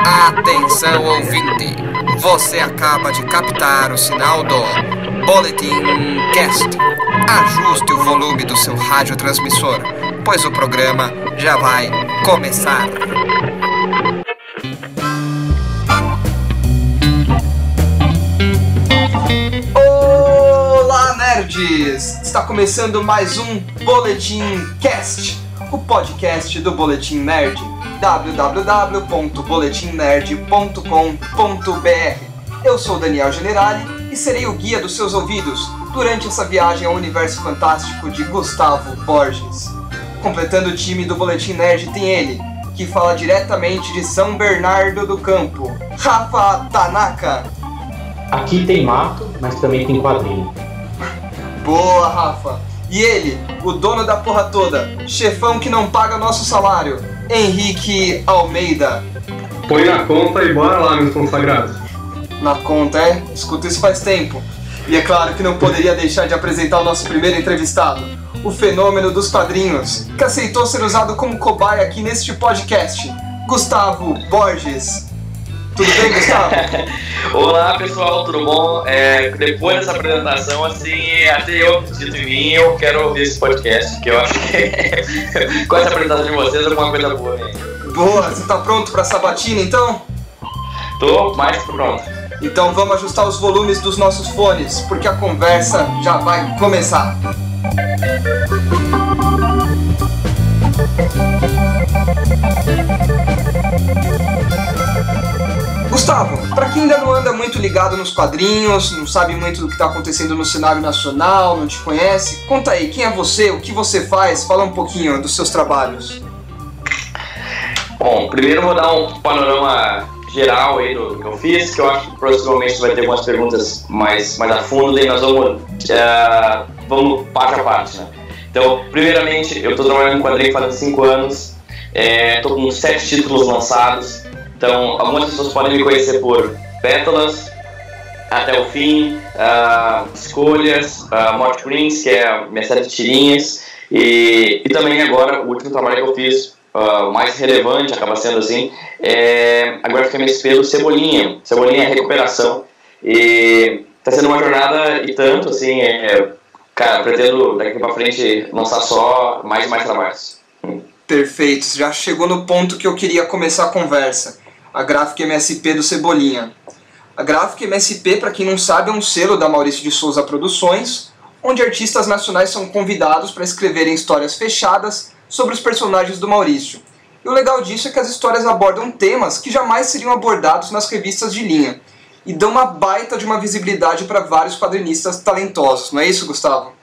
Atenção, ouvinte! Você acaba de captar o sinal do Boletim Cast. Ajuste o volume do seu radiotransmissor, pois o programa já vai começar. Olá, nerds! Está começando mais um Boletim Cast, o podcast do Boletim Nerd. www.boletimnerd.com.br. Eu sou Daniel Generali e serei o guia dos seus ouvidos durante essa viagem ao universo fantástico de Gustavo Borges. Completando o time do Boletim Nerd tem ele, que fala diretamente de São Bernardo do Campo, Rafa Tanaka. Aqui tem mato, mas também tem quadrinho. Boa, Rafa! E ele, o dono da porra toda, chefão que não paga nosso salário, Henrique Almeida. Põe na conta e bora lá, meus consagrados. Na conta, é? Escuta isso faz tempo. E é claro que não poderia deixar de apresentar o nosso primeiro entrevistado, o fenômeno dos quadrinhos, que aceitou ser usado como cobaia aqui neste podcast, Gustavo Borges. Tudo bem, Gustavo? Olá, pessoal, tudo bom? Depois dessa apresentação, assim, até eu acredito em mim, eu quero ouvir esse podcast, que eu acho que com essa apresentação de vocês é uma coisa boa, né? Boa, você tá pronto pra sabatina, então? Tô mais que pronto. Então vamos ajustar os volumes dos nossos fones, porque a conversa já vai começar. Gustavo, pra quem ainda não anda muito ligado nos quadrinhos, não sabe muito do que tá acontecendo no cenário nacional, não te conhece, conta aí, quem é você, o que você faz, fala um pouquinho dos seus trabalhos. Bom, primeiro eu vou dar um panorama geral aí do que eu fiz, que eu acho que provavelmente vai ter algumas perguntas mais a fundo, daí nós vamos parte a parte, né? Então, primeiramente, eu tô trabalhando em quadrinho faz 5 anos, tô com 7 títulos lançados. Então, algumas pessoas podem me conhecer por Pétalas, Até o Fim, Escolhas, Morte Prince, que é a minha série de tirinhas, e também agora o último trabalho que eu fiz, mais relevante, acaba sendo assim, a Graphic MSP do Cebolinha. Cebolinha é recuperação, e está sendo uma jornada e tanto, assim, cara, pretendo daqui pra frente lançar só mais e mais trabalhos. Perfeito, já chegou no ponto que eu queria começar a conversa. A Graphic MSP do Cebolinha. A Graphic MSP, para quem não sabe, é um selo da Maurício de Souza Produções, onde artistas nacionais são convidados para escreverem histórias fechadas sobre os personagens do Maurício. E o legal disso é que as histórias abordam temas que jamais seriam abordados nas revistas de linha, e dão uma baita de uma visibilidade para vários quadrinistas talentosos, não é isso, Gustavo?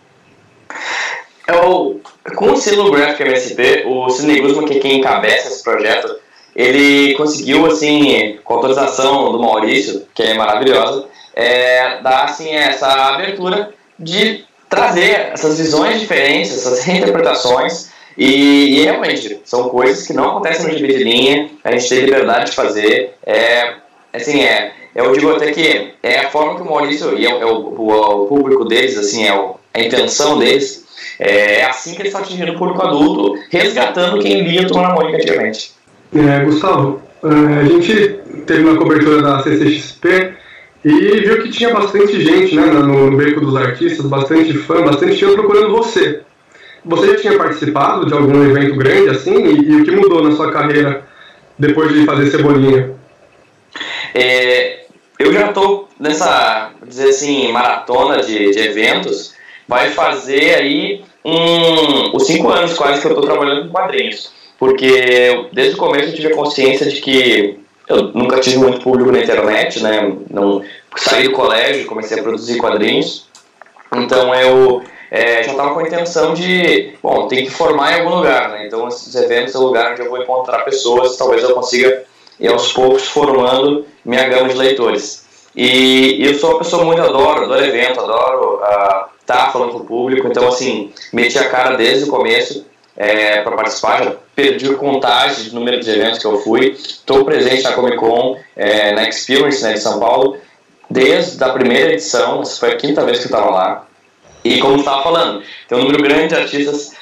Com o selo Graphic MSP, o Sidney Guzman, que é quem encabeça esse projeto, ele conseguiu, assim, com a autorização do Maurício, que é maravilhosa, dar, assim, essa abertura de trazer essas visões diferentes, essas reinterpretações, e realmente, são coisas que não acontecem no gibi de linha, a gente tem liberdade de fazer, eu digo até que é a forma que o Maurício, e o público deles, assim, a intenção deles, é assim que eles estão atingindo o público adulto, resgatando quem lia Turma da Mônica antigamente. Gustavo, a gente teve uma cobertura da CCXP e viu que tinha bastante gente, né, no beco dos artistas, bastante fã, bastante gente procurando você. Você já tinha participado de algum evento grande assim? E o que mudou na sua carreira depois de fazer Cebolinha? Eu já estou nessa, dizer assim, maratona de eventos, vai fazer aí os 5 anos quase que eu estou trabalhando com quadrinhos. Porque desde o começo eu tive a consciência de que eu nunca tive muito público na internet, né? Não, saí do colégio, comecei a produzir quadrinhos. Então eu já estava com a intenção de, tem que formar em algum lugar, né? Então esses eventos é o lugar onde eu vou encontrar pessoas, talvez eu consiga ir aos poucos formando minha gama de leitores. E eu sou uma pessoa muito adoro evento, adoro estar falando com o público, então assim, meti a cara desde o começo para participar, já perdi o contagem de número de eventos que eu fui, estou presente na Comic Con, na Experience, né, de São Paulo, desde a primeira edição, essa foi a 5ª vez que eu estava lá, e como eu estava falando, tem um número grande de artistas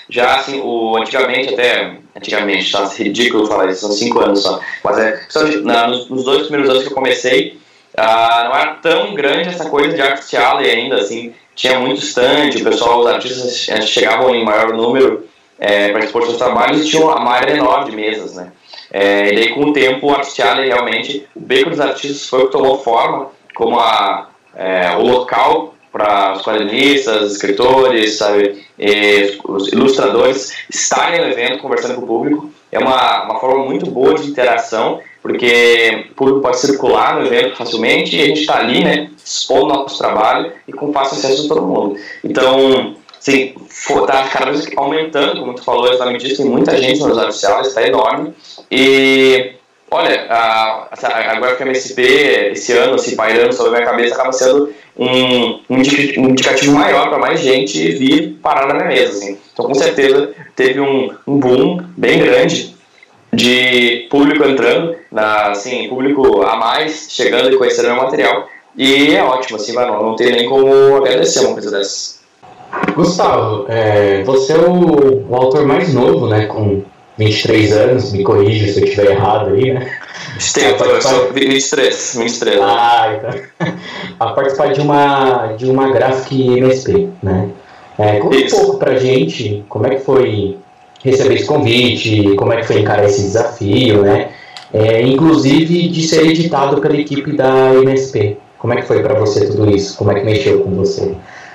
Já, assim, antigamente, tá ridículo falar isso, são 5 anos só, mas nos 2 primeiros anos que eu comecei, não era tão grande essa coisa de Artificial ainda, assim, tinha muito stand, os artistas chegavam em maior número para expor seus trabalhos e tinha uma área enorme de mesas, né? E daí, com o tempo, o Artificial realmente, o Beco dos Artistas foi o que tomou forma como o local para os quadrinistas, escritores, sabe, os ilustradores estarem no evento conversando com o público. É uma forma muito boa de interação, porque o público pode circular no evento facilmente e a gente está ali, né, expondo nosso trabalho e com fácil acesso a todo mundo. Então, assim, está cada vez aumentando, como tu falou exatamente isso, tem muita gente nos Artificiais, está enorme. E olha, agora que a MSP esse ano, se pairando sobre a minha cabeça, acaba sendo um indicativo maior para mais gente vir parar na minha mesa, assim. Então, com certeza, teve um boom bem grande de público entrando, assim, público a mais chegando e conhecendo o meu material. E é ótimo, assim, não tem nem como agradecer uma coisa dessas. Gustavo, você é o autor mais novo, né, com 23 anos, me corrija se eu estiver errado aí, né? Eu sou 23. Então. A participar de uma Graphic MSP, né? Conta um pouco pra gente como é que foi receber esse convite, como é que foi encarar esse desafio, né? Inclusive de ser editado pela equipe da MSP. Como é que foi pra você tudo isso? Como é que mexeu com você?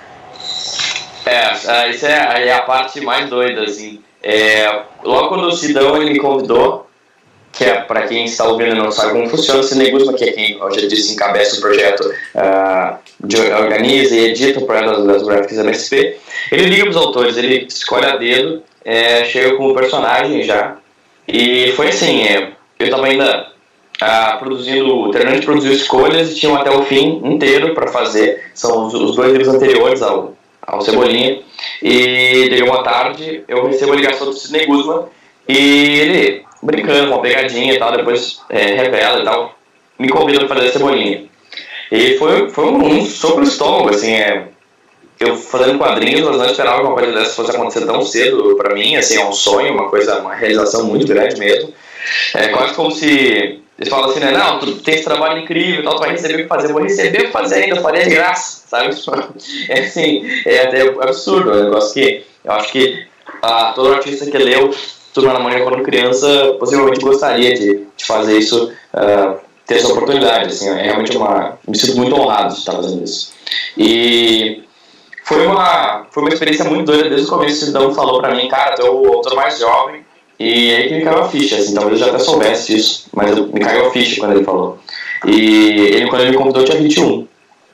Isso é a parte mais doida, assim. Logo quando o Sidão ele me convidou, que para quem está ouvindo e não sabe como funciona, o Cinegusma, que é quem, eu já disse, encabeça o projeto, organiza e edita o projeto das Graphics MSP, ele liga para os autores, ele escolhe a dedo, chega com o personagem já, e foi assim, eu estava ainda terminando de produzir escolhas e tinham até o fim inteiro para fazer, são os 2 livros anteriores ao Cebolinha, e daí uma tarde eu recebo a ligação do Sidney Guzman e ele, brincando com uma pegadinha e tal, depois revela e tal, me convida para fazer a Cebolinha. E foi um soco no estômago, assim, eu fazendo quadrinhos, mas não esperava que uma coisa dessa fosse acontecer tão cedo para mim, assim, é um sonho, uma realização muito grande mesmo. Quase como se eles falam assim, né, não, tu tem esse trabalho incrível, tal, tu vai receber o que fazer, eu vou receber o que fazer ainda, eu faria de graça, sabe? Assim, é até absurdo, é um negócio que eu acho que todo artista que leu Turma da Mônica quando criança possivelmente gostaria de fazer isso, ter essa oportunidade, assim, realmente me sinto muito honrado de estar fazendo isso. E foi uma experiência muito doida, desde o começo o Sidão falou pra mim, cara, tu é o autor mais jovem. E aí que me caiu a ficha, assim, talvez eu já até soubesse disso, mas me caiu a ficha quando ele falou. E quando ele me convidou, eu tinha 21.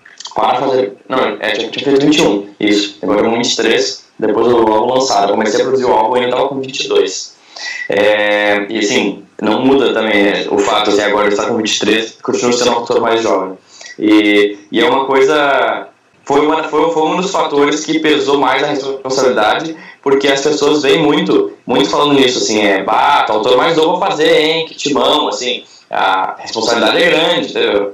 Tinha feito 21, isso. Agora eu 23, depois do álbum lançado. Eu comecei a produzir o álbum e ainda estava com 22. E assim, não muda também o fato, assim, agora de estar com 23, continuo sendo o autor mais jovem. E é uma coisa... Foi um dos fatores que pesou mais a responsabilidade, porque as pessoas veem muito falando nisso, assim, o autor mais novo vou fazer, hein, que timão, assim, a responsabilidade é grande, entendeu?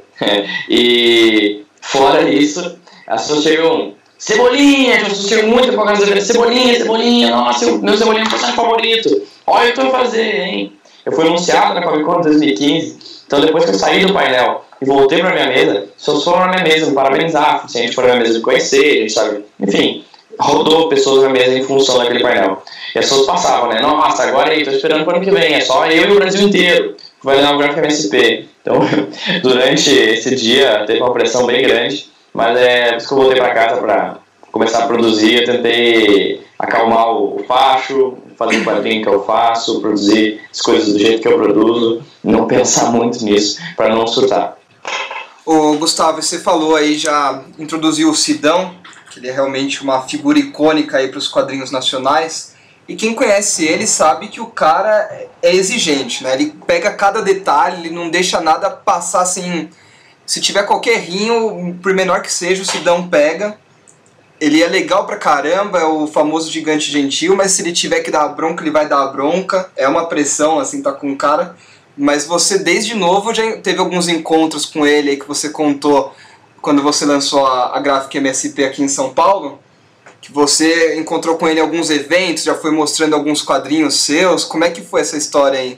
E fora isso, as pessoas chegam, Cebolinha, as pessoas chegam muito com a casa Cebolinha, nossa, meu Cebolinha é o personagem favorito, olha o que eu vou fazer, hein. Eu fui anunciado na Comic Con 2015, então depois que eu saí do painel e voltei pra minha mesa, as pessoas foram na minha mesa me parabenizar, se a gente for na minha mesa de conhecer, a gente sabe, enfim, rodou pessoas na mesa em função daquele painel. E as pessoas passavam, né, nossa, agora aí, tô esperando pro ano que vem, é só eu e o Brasil inteiro que vai dar um Graphic MSP. Então, durante esse dia, teve uma pressão bem grande, mas por isso que eu voltei pra casa pra começar a produzir. Eu tentei acalmar o facho, fazer o quadrinho que eu faço, produzir as coisas do jeito que eu produzo, não pensar muito nisso, para não surtar. Ô Gustavo, você falou aí, já introduziu o Sidão, que ele é realmente uma figura icônica aí para os quadrinhos nacionais, e quem conhece ele sabe que o cara é exigente, né? Ele pega cada detalhe, ele não deixa nada passar assim. Se tiver qualquer rinho, por menor que seja, o Sidão pega. Ele é legal pra caramba, é o famoso gigante gentil, mas se ele tiver que dar a bronca, ele vai dar a bronca. É uma pressão, assim, tá com o cara. Mas você, desde novo, já teve alguns encontros com ele aí que você contou quando você lançou a Graphic MSP aqui em São Paulo. que você encontrou com ele em alguns eventos, já foi mostrando alguns quadrinhos seus. Como é que foi essa história aí?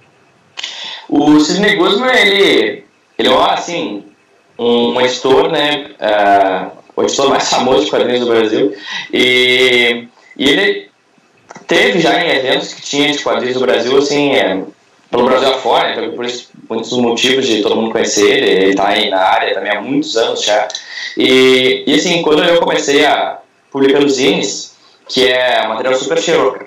O Sidney Guzman, ele é, assim, um editor, né, o editor mais famoso de quadrinhos do Brasil, e ele teve já em eventos que tinha de quadrinhos do Brasil, assim, pelo Brasil afora, então, por isso, muitos motivos de todo mundo conhecer ele está aí na área também há muitos anos já, e assim, quando eu comecei a publicar os zines, que é um material super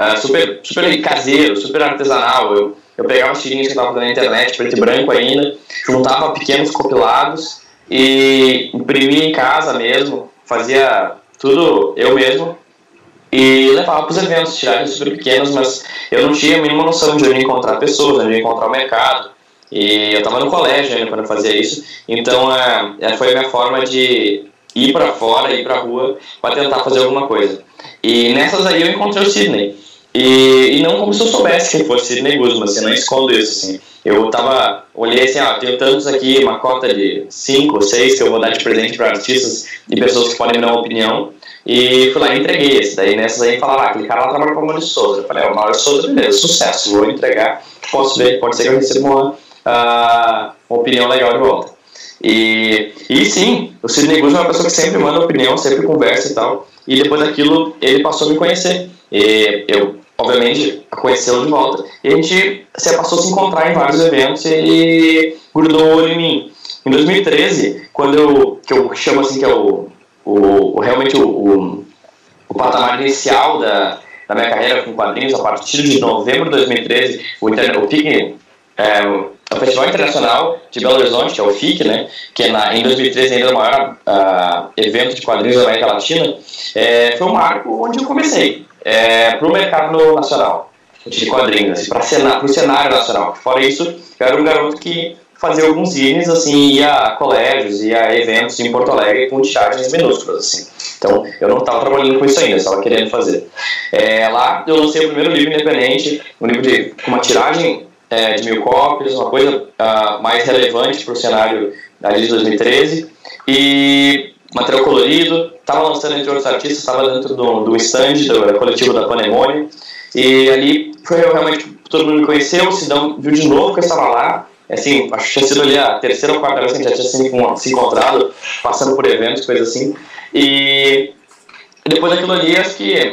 caseiro, super artesanal, eu pegava as tirinhas que eu estava na internet, preto e branco ainda, juntava pequenos compilados e imprimia em casa mesmo, fazia tudo eu mesmo e levava para os eventos, tiragens super pequenas, mas eu não tinha a mínima noção de onde encontrar pessoas, onde encontrar o mercado. E eu estava no colégio ainda quando eu fazia isso, então foi a minha forma de ir para fora, ir para a rua, para tentar fazer alguma coisa. E nessas aí eu encontrei o Sidney. E não como se eu soubesse quem fosse Sidney Guzman, assim, não escondo isso, assim. Olhei assim, tenho tantos aqui, uma cota de 5 ou 6 que eu vou dar de presente para artistas e pessoas que podem me dar uma opinião. E fui lá e entreguei esse. Daí nessas aí falaram, aquele cara lá trabalha com o Maurício Souza. Eu falei, o Maurício Souza, beleza, sucesso, vou entregar. Posso ver, pode ser que eu receba uma opinião legal de volta. E sim, o Sidney Guzman é uma pessoa que sempre manda opinião, sempre conversa e tal. E depois daquilo, ele passou a me conhecer. E eu, obviamente, conhecê-lo de volta. E a gente passou a se encontrar em vários eventos e ele grudou o olho em mim. Em 2013, que eu chamo assim que é realmente o patamar inicial da minha carreira com quadrinhos, a partir de novembro de 2013, o Festival Internacional de Belo Horizonte, que é o FIC, né, que em 2013 ainda é o maior evento de quadrinhos da América Latina, foi um marco onde eu comecei para o mercado nacional de quadrinhos, para o cenário nacional. Fora isso, eu era um garoto que fazia alguns zines, assim, ia a colégios, ia a eventos em Porto Alegre com tiragens minúsculas, assim. Então, eu não estava trabalhando com isso ainda, eu estava querendo fazer. Lá, eu lancei o primeiro livro independente, um livro com uma tiragem de 1000 cópias, uma coisa mais relevante para o cenário ali de 2013, e material colorido, estava lançando entre outros artistas, estava dentro do stand do coletivo da Panemone, e ali foi realmente, todo mundo me conheceu, o Sidão viu de novo que eu estava lá, assim, acho que tinha sido ali a terceira ou quarta vez que a gente já tinha se encontrado, passando por eventos, coisa assim, e depois daquilo ali, acho que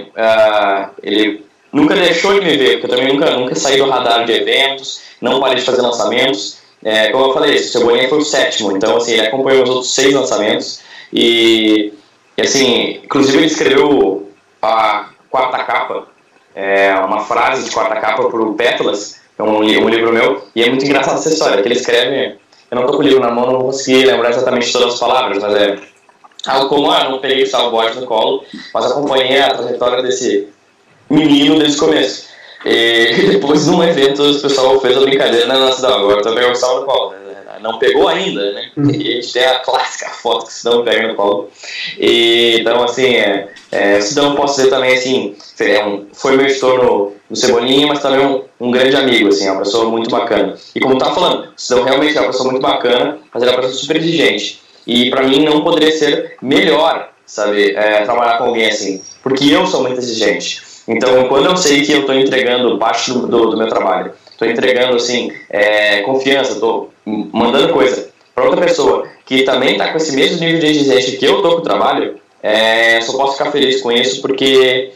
ele nunca deixou de me ver, porque eu também nunca saí do radar de eventos, não parei de fazer lançamentos. Como eu falei, o Cebolinha foi o 7º, então assim, ele acompanhou os outros 6 lançamentos. E assim, inclusive ele escreveu a quarta capa, uma frase de quarta capa para o Pétalas, que é um livro meu, e é muito engraçado essa história, que ele escreve, eu não estou com o livro na mão, não vou conseguir lembrar exatamente todas as palavras, mas algo como, eu não peguei o Salvador no colo, mas acompanhei a trajetória desse menino desde o começo. E depois de um evento o pessoal fez a brincadeira, né, nossa, agora tô pegando o Salvador no colo, não pegou ainda, né, e a gente tem a clássica foto que o Sidão pega no colo. E, então assim, o Sidão, posso dizer também assim, foi meu editor no Cebolinha, mas também um grande amigo, assim, é uma pessoa muito bacana. E como eu tava falando, o Sidão realmente é uma pessoa muito bacana, mas ele é uma pessoa super exigente. E pra mim não poderia ser melhor, sabe, trabalhar com alguém assim, porque eu sou muito exigente. Então, quando eu sei que eu estou entregando parte do meu trabalho, estou entregando, assim, confiança, estou mandando coisa para outra pessoa que também está com esse mesmo nível de exigência que eu estou com o trabalho, só posso ficar feliz com isso, porque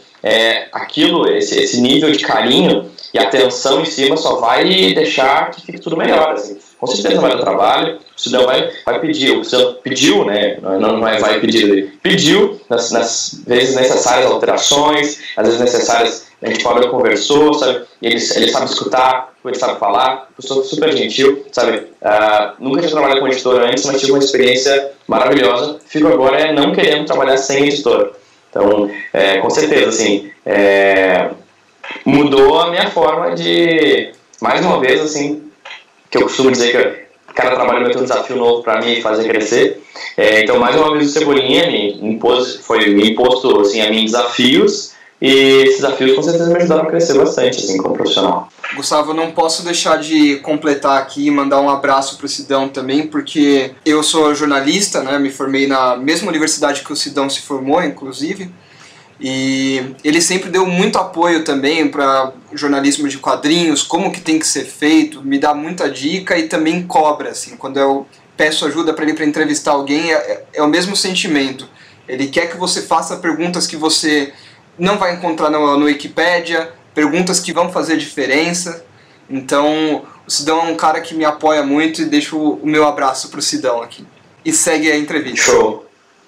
esse nível de carinho e atenção em cima só vai deixar que fique tudo melhor, assim. Com certeza vai dar trabalho, o Sidão vai pedir, o Sidão pediu, né, não vai pedir, ele pediu nas vezes necessárias alterações, às vezes necessárias, a gente conversou, sabe, ele sabe escutar, ele sabe falar, pessoa super gentil, sabe, nunca tinha trabalhado com editor antes, mas tive uma experiência maravilhosa, fico agora não querendo trabalhar sem editor, então, com certeza, assim, mudou a minha forma de, mais uma vez, assim, que eu costumo dizer que cada trabalho vai ter um desafio novo para mim e fazer crescer. Então, mais uma vez, o Cebolinha me imposto assim, a mim desafios, e esses desafios com certeza me ajudaram a crescer bastante assim, como profissional. Gustavo, eu não posso deixar de completar aqui e mandar um abraço para o Sidão também, porque eu sou jornalista, né, me formei na mesma universidade que o Sidão se formou, inclusive, E ele sempre deu muito apoio também para jornalismo de quadrinhos, como que tem que ser feito, me dá muita dica e também cobra, assim, quando eu peço ajuda para ele para entrevistar alguém, é o mesmo sentimento. Ele quer que você faça perguntas que você não vai encontrar no Wikipédia, perguntas que vão fazer diferença. Então, o Sidão é um cara que me apoia muito e deixo o meu abraço pro Sidão aqui. E segue a entrevista. Show!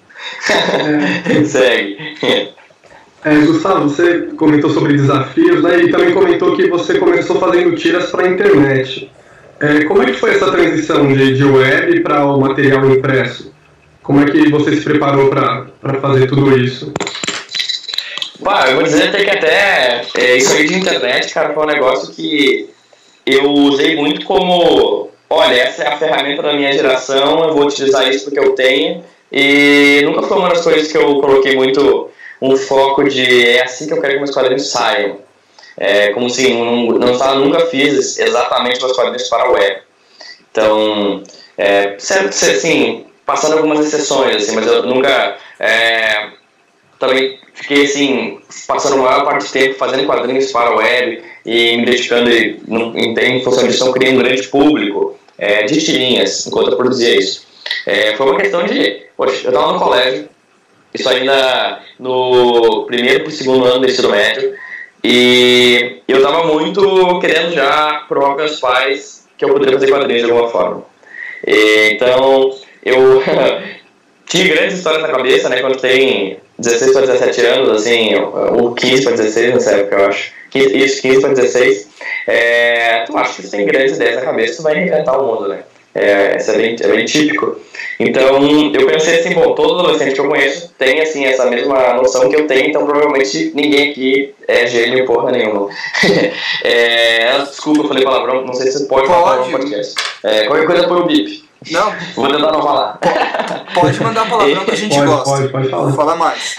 Segue! Gustavo, você comentou sobre desafios, né, e também comentou que você começou fazendo tiras para a internet. Como é que foi essa transição de web para o material impresso? Como é que você se preparou para fazer tudo isso? Eu vou dizer até que isso aí de internet, cara, foi um negócio que eu usei muito como, olha, essa é a ferramenta da minha geração, eu vou utilizar isso porque eu tenho, e nunca foi uma das coisas que eu coloquei muito um foco de é assim que eu quero que meus quadrinhos saiam. Como assim, nunca fiz exatamente meus quadrinhos para a web. Então, sempre assim, passando algumas exceções, assim, mas eu nunca também fiquei assim, passando a maior parte do tempo fazendo quadrinhos para a web e me dedicando em função disso, criei um grande público de tirinhas enquanto eu produzia isso. Foi uma questão de, poxa, eu estava no colégio, isso ainda no primeiro para o segundo ano do ensino médio, e eu estava muito querendo já provar para meus pais que eu poderia fazer quadrinhos de alguma forma. Então, eu tinha grandes histórias na cabeça, né, quando tem 16 para 17 anos, assim, ou 15 para 16 nessa época, eu acho. 15 para 16. Tu acha que você tem grandes ideias na cabeça, tu vai reinventar o mundo, né? Isso é bem típico. Então, eu pensei assim, bom, todo adolescente que eu conheço tem, assim, essa mesma noção que eu tenho, então provavelmente ninguém aqui é gênio porra nenhuma. Desculpa, eu falei palavrão, não sei se você pode falar no podcast. Qualquer coisa põe o bip. Não. Vou tentar não falar. Pode mandar palavrão que a gente gosta. Pode falar. Vou falar mais.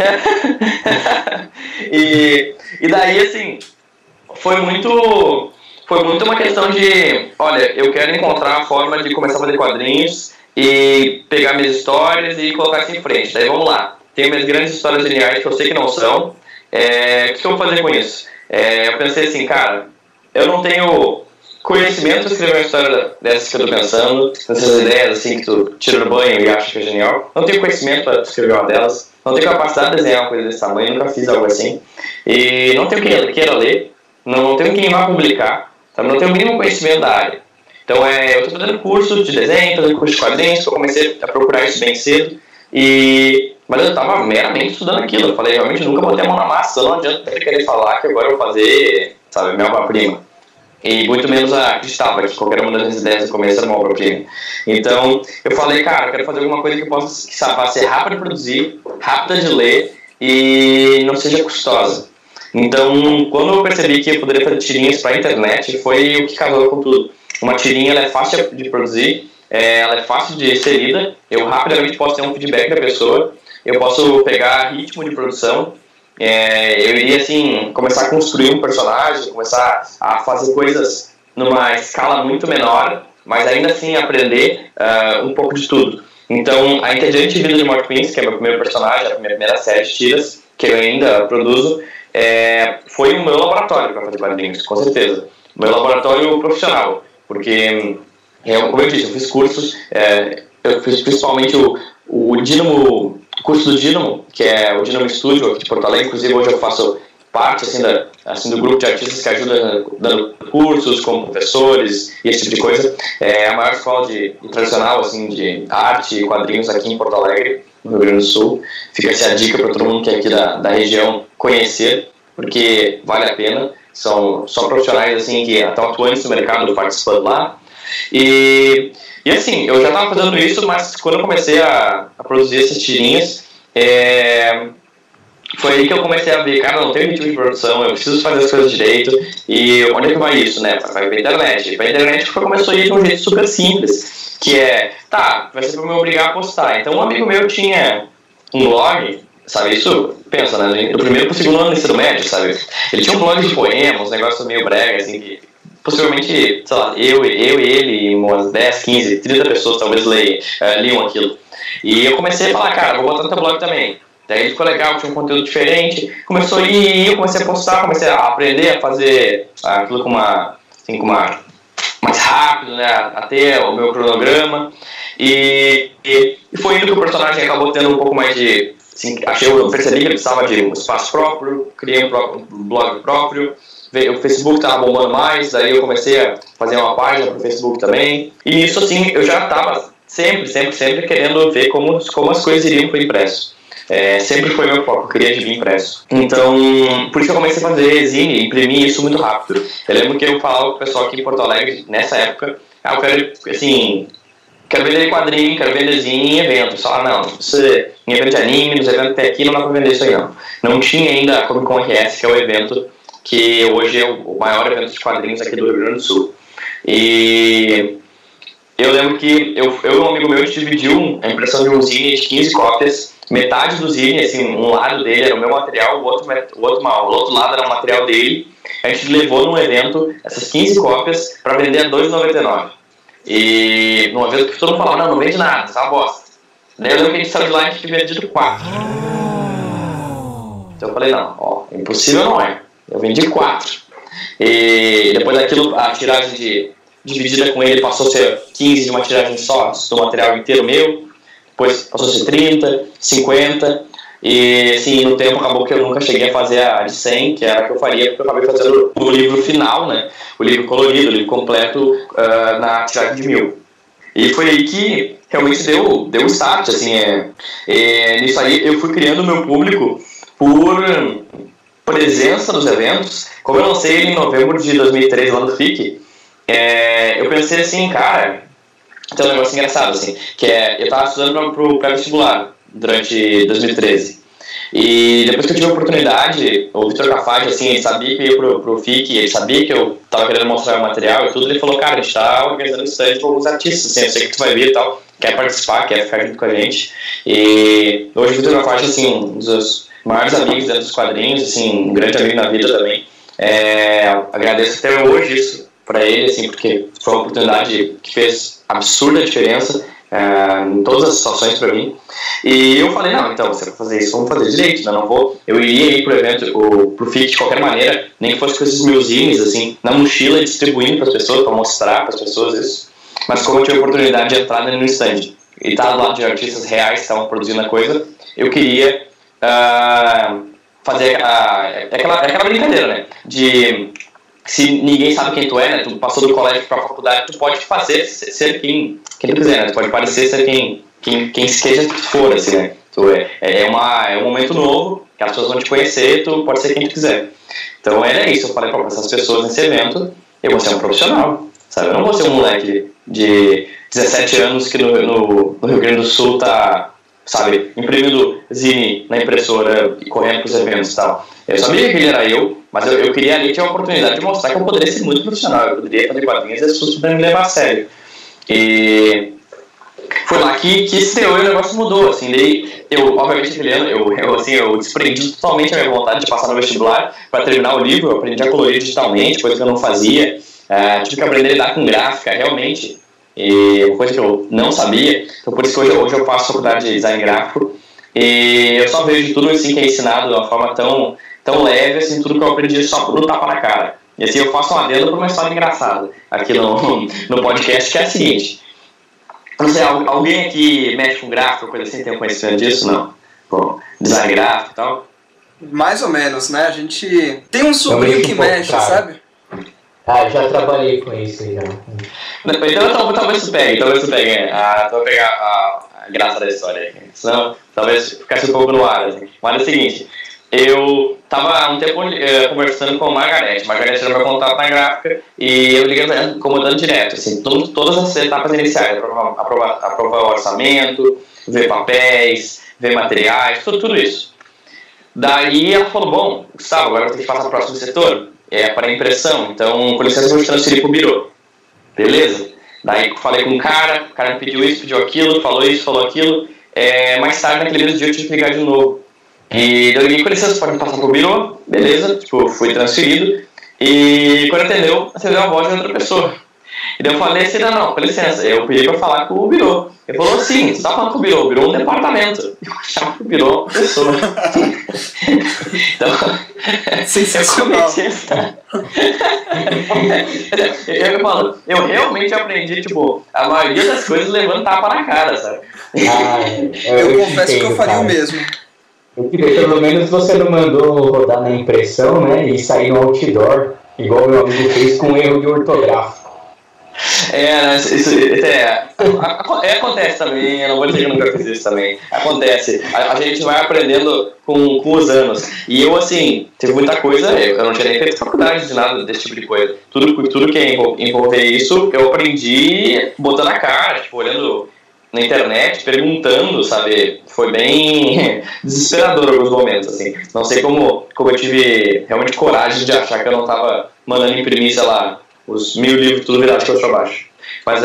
E daí, assim, foi muito uma questão de, olha, eu quero encontrar a forma de começar a fazer quadrinhos e pegar minhas histórias e colocar isso em frente. Daí vamos lá. Tenho minhas grandes histórias geniais que eu sei que não são. O que eu vou fazer com isso? Eu pensei assim, cara, eu não tenho conhecimento para escrever uma história dessas que eu estou pensando, dessas ideias assim que tu tira no banho e acha que é genial. Não tenho conhecimento para escrever uma delas. Não tenho capacidade de desenhar uma coisa desse tamanho, nunca fiz algo assim. E não tenho quem queira ler, não tenho quem vá publicar, sabe? Não tenho o mínimo conhecimento da área. Então, eu estou fazendo curso de desenho, fazendo curso de quadrinhos, eu comecei a procurar isso bem cedo, mas eu estava meramente estudando aquilo. Eu falei, realmente nunca botei a mão na massa, não adianta querer falar que agora eu vou fazer, sabe, minha obra-prima. E muito menos acreditava que qualquer uma das minhas ideias no começo era uma obra-prima. Então, eu falei, cara, eu quero fazer alguma coisa que possa ser rápida de produzir, rápida de ler e não seja custosa. Então, quando eu percebi que eu poderia fazer tirinhas para a internet, foi o que casou com tudo. Uma tirinha ela é fácil de produzir, ela é fácil de ser lida, eu rapidamente posso ter um feedback da pessoa, eu posso pegar ritmo de produção, eu iria assim, começar a construir um personagem, começar a fazer coisas numa escala muito menor, mas ainda assim aprender um pouco de tudo. Então, a Entediante Vida de Mort Queens, que é meu primeiro personagem, a minha primeira série de tiras, que eu ainda produzo, foi o meu laboratório para fazer quadrinhos, com certeza. Meu laboratório profissional, porque, como eu disse, eu fiz cursos, eu fiz principalmente o Dínamo, curso do Dínamo, que é o Dínamo Studio aqui de Porto Alegre. Inclusive hoje eu faço parte assim, do grupo de artistas que ajuda dando cursos como professores e esse tipo de coisa. É a maior escola tradicional assim, de arte e quadrinhos aqui em Porto Alegre, no Rio Grande do Sul. Fica essa dica para todo mundo que é aqui da região conhecer, porque vale a pena. São só profissionais assim, que estão atuantes no mercado participando lá. E assim, eu já estava fazendo isso, mas quando eu comecei a produzir essas tirinhas, foi aí que eu comecei a ver, cara, não tenho ritmo de produção, eu preciso fazer as coisas direito. E onde é que vai isso, né? Vai pra internet. Pra internet começou a ir de um jeito super simples, que vai ser pra me obrigar a postar. Então um amigo meu tinha um blog, sabe, isso, pensa, né, do primeiro pro segundo ano do ensino médio, sabe? Ele tinha um blog de poemas, uns negócios meio brega, assim, que possivelmente, sei lá, eu e ele, umas 10, 15, 30 pessoas talvez liam aquilo. E eu comecei a falar, cara, vou botar no teu blog também. Daí ficou legal, tinha um conteúdo diferente, começou a ir, eu comecei a postar, comecei a aprender a fazer aquilo com uma mais rápido, né, até o meu cronograma, e foi indo que o personagem acabou tendo um pouco mais de, assim, eu percebi que ele precisava de um espaço próprio, criei um blog próprio, o Facebook estava bombando mais, daí eu comecei a fazer uma página para o Facebook também, e isso assim, eu já estava sempre querendo ver como as coisas iriam para o impresso. Sempre foi meu foco, eu queria de vir impresso. Então, por isso eu comecei a fazer zine, imprimir isso muito rápido. Eu lembro que eu falava com o pessoal aqui em Porto Alegre, nessa época, eu quero, assim, quero vender quadrinho, quero vender zine em eventos. Só, não, você, em evento de anime, nos eventos até aqui, não dá pra vender isso aí não. Não tinha ainda a Comic Con RS, que é o evento que hoje é o maior evento de quadrinhos aqui do Rio Grande do Sul. E eu lembro que eu e um amigo meu, a gente dividiu a impressão de um zine de 15 cópias. Metade do zine, assim, um lado dele era o meu material, o outro lado era o material dele. A gente levou num evento essas 15 cópias para vender a R$ 2,99. E num evento que todo mundo falava, não vende nada, isso é uma bosta. Daí eu lembro que a gente saiu de lá e a gente tinha vendido 4. Então eu falei, não, impossível não é. Eu vendi 4. E depois daquilo, a tiragem dividida com ele passou a ser 15 de uma tiragem só, do material inteiro meu. Depois passou a ser 30, 50, e assim, no tempo acabou que eu nunca cheguei a fazer a de 100, que era a que eu faria, porque eu acabei fazendo o livro final, né, o livro colorido, o livro completo, na tiragem de 1000. E foi aí que realmente deu um start, assim, nisso aí eu fui criando o meu público por presença nos eventos. Como eu lancei ele em novembro de 2013 lá no FIC, eu pensei assim, cara, tem um negócio engraçado, assim, que eu tava estudando pro pré-vestibular durante 2013. E depois que eu tive a oportunidade, o Vitor Cafage, assim, ele sabia que eu ia pro FIC, ele sabia que eu tava querendo mostrar o material e tudo, ele falou, cara, a gente tá organizando um stand com alguns artistas, assim, eu sei que tu vai vir e tal, quer participar, quer ficar junto com a gente. E hoje o Vitor Cafage, assim, um dos maiores amigos dentro dos quadrinhos, assim, um grande amigo na vida também. Agradeço até hoje isso pra ele, assim, porque foi uma oportunidade que fez absurda diferença em todas as situações para mim. E eu falei, não, então, se eu fazer isso, vamos fazer direito, né? Não vou, eu iria ir pro evento, pro FIC de qualquer maneira, nem que fosse com esses meus zines, assim, na mochila, distribuindo para as pessoas, para mostrar para as pessoas isso. Mas como eu tive a oportunidade de entrar no stand e estar do lado de artistas reais que estavam produzindo a coisa, eu queria fazer aquela brincadeira, né? De se ninguém sabe quem tu é, né? Tu passou do colégio para a faculdade, tu pode fazer ser quem tu quiser, né? Tu pode parecer ser quem seja que tu for, assim, né? É um momento novo, que as pessoas vão te conhecer, tu pode ser quem tu quiser. Então era isso, eu falei para essas pessoas nesse evento, eu vou ser um profissional, sabe? Eu não vou ser um moleque de 17 anos que no Rio Grande do Sul tá, sabe, imprimindo zine na impressora e correndo pros eventos e tal. Eu sabia que ele era eu, mas eu queria ali ter a oportunidade de mostrar que eu poderia ser muito profissional, eu poderia fazer quadrinhos e as pessoas poderiam me levar a sério. E foi lá que estreou e o negócio mudou, assim, daí eu, obviamente, aquele ano, eu desprendi totalmente a minha vontade de passar no vestibular para terminar o livro, eu aprendi a colorir digitalmente, coisa que eu não fazia, tive que aprender a lidar com gráfica, realmente, e uma coisa que eu não sabia, então por isso que hoje eu faço faculdade de design gráfico, e eu só vejo tudo assim que é ensinado de uma forma tão leve, assim, tudo que eu aprendi só no tapa na cara. E assim, eu faço um adendo para uma história engraçada aqui no podcast, que é a seguinte. Não sei, alguém aqui mexe com gráfico, coisa assim, tem um conhecimento disso? Não? Bom, design gráfico e tal? Mais ou menos, né? A gente tem um sobrinho que mexe, sabe? Já trabalhei com isso já. Então talvez tu pegue. Tu vai pegar a graça da história. Senão, talvez ficasse um pouco no ar. Assim. Mas é o seguinte, eu tava há um tempo conversando com a Margarete. Margarete era meu contato na gráfica e eu liguei incomodando direto. Assim, todas as etapas iniciais, aprovar o orçamento, ver papéis, ver materiais, tudo isso. Daí ela falou, bom, Gustavo, agora eu tenho que passar para o próximo setor. Para impressão, então com licença eu vou te transferir pro birô. Beleza? Daí falei com o cara me pediu isso, pediu aquilo, falou isso, falou aquilo. Mais tarde, naquele mesmo dia, eu tive que ligar de novo. E eu liguei, com licença, pode me passar pro birô? Beleza? Tipo, fui transferido. E quando atendeu a voz de outra pessoa. E daí eu falei assim, não, com licença, eu pedi pra falar com o birô. Ele falou assim, você tá falando que virou um departamento. Eu achava que virou uma pessoa. Então, sensacional. Eu realmente aprendi, tipo, a maioria das coisas levando tapa na cara, sabe? Eu confesso que eu faria o mesmo. Pelo menos você não mandou rodar na impressão, né? E sair no outdoor, igual meu amigo fez com erro de ortográfico. Acontece também, eu não vou dizer que eu nunca fiz isso também. Acontece, a gente vai aprendendo com os anos. E eu, assim, teve muita coisa, eu não tinha nem feito faculdade de nada desse tipo de coisa. Tudo que envolver isso, eu aprendi botando a cara, tipo, olhando na internet, perguntando, sabe? Foi bem desesperador em alguns momentos, assim. Não sei como eu tive realmente coragem de achar que eu não tava mandando imprimir, sei lá, os 1000 livros tudo virado de costa pra baixo. Mas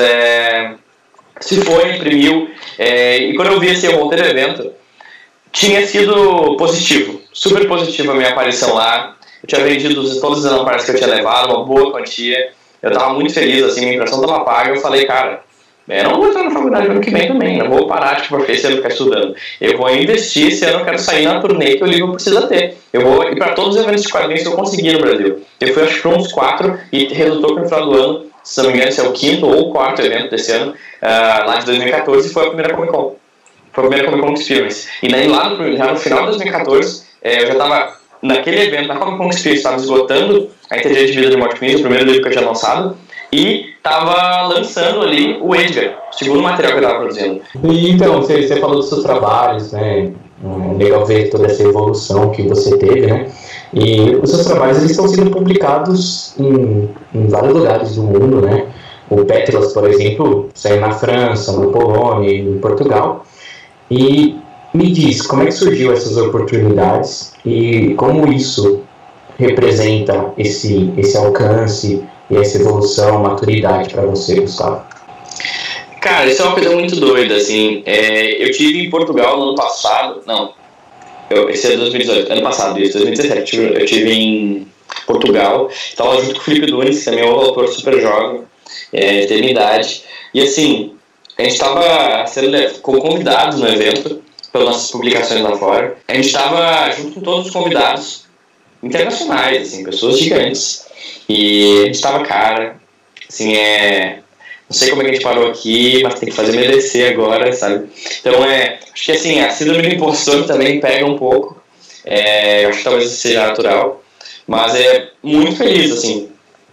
se foi, imprimiu. E quando eu vi esse roteiro do evento, tinha sido positivo, super positivo a minha aparição lá. Eu tinha vendido todos os amparados que eu tinha levado, uma boa quantia. Eu tava muito feliz, assim, minha impressão tava paga. Eu falei, cara, eu não vou entrar na faculdade no ano que vem também, não vou parar porque esse ano ficar estudando. Eu vou investir, esse ano eu quero sair na turnê que o livro precisa ter. Eu vou ir para todos os eventos de quadrinhos que eu consegui no Brasil. Eu fui acho que para uns 4 e resultou que no final do ano, se não me engano, esse é o 5º ou 4º evento desse ano, lá de 2014, foi a primeira Comic Con. Foi a primeira Comic Con Experience. E daí já no final de 2014, eu já estava naquele evento, na Comic Con Experience, estava esgotando a Inteligência de Vida de Mort Finis, o primeiro livro que eu tinha lançado, e estava lançando ali o Edgar, o segundo material que eu estava produzindo. E então, você falou dos seus trabalhos, né? Legal ver toda essa evolução que você teve, né? E os seus trabalhos eles estão sendo publicados em vários lugares do mundo, né? O Pétalas, por exemplo, saiu na França, na Polônia, em Portugal. E me diz, como é que surgiu essas oportunidades e como isso representa esse alcance e essa evolução, maturidade para você, Gustavo? Cara, isso é uma coisa muito doida, assim. Eu tive em Portugal no ano passado, esse é 2018, ano passado, isso, 2017, eu tive em Portugal, estava junto com o Felipe Dunes, que também é um autor super jovem, tem minha idade, e assim, a gente estava sendo convidados no evento, pelas nossas publicações lá fora, a gente estava junto com todos os convidados internacionais, assim, pessoas gigantes, e a gente estava, cara, assim, não sei como é que a gente parou aqui, mas tem que fazer merecer agora, sabe? Então, acho que assim, a síndrome do impostor também pega um pouco. Eu acho que talvez isso seja natural. Mas muito feliz, assim.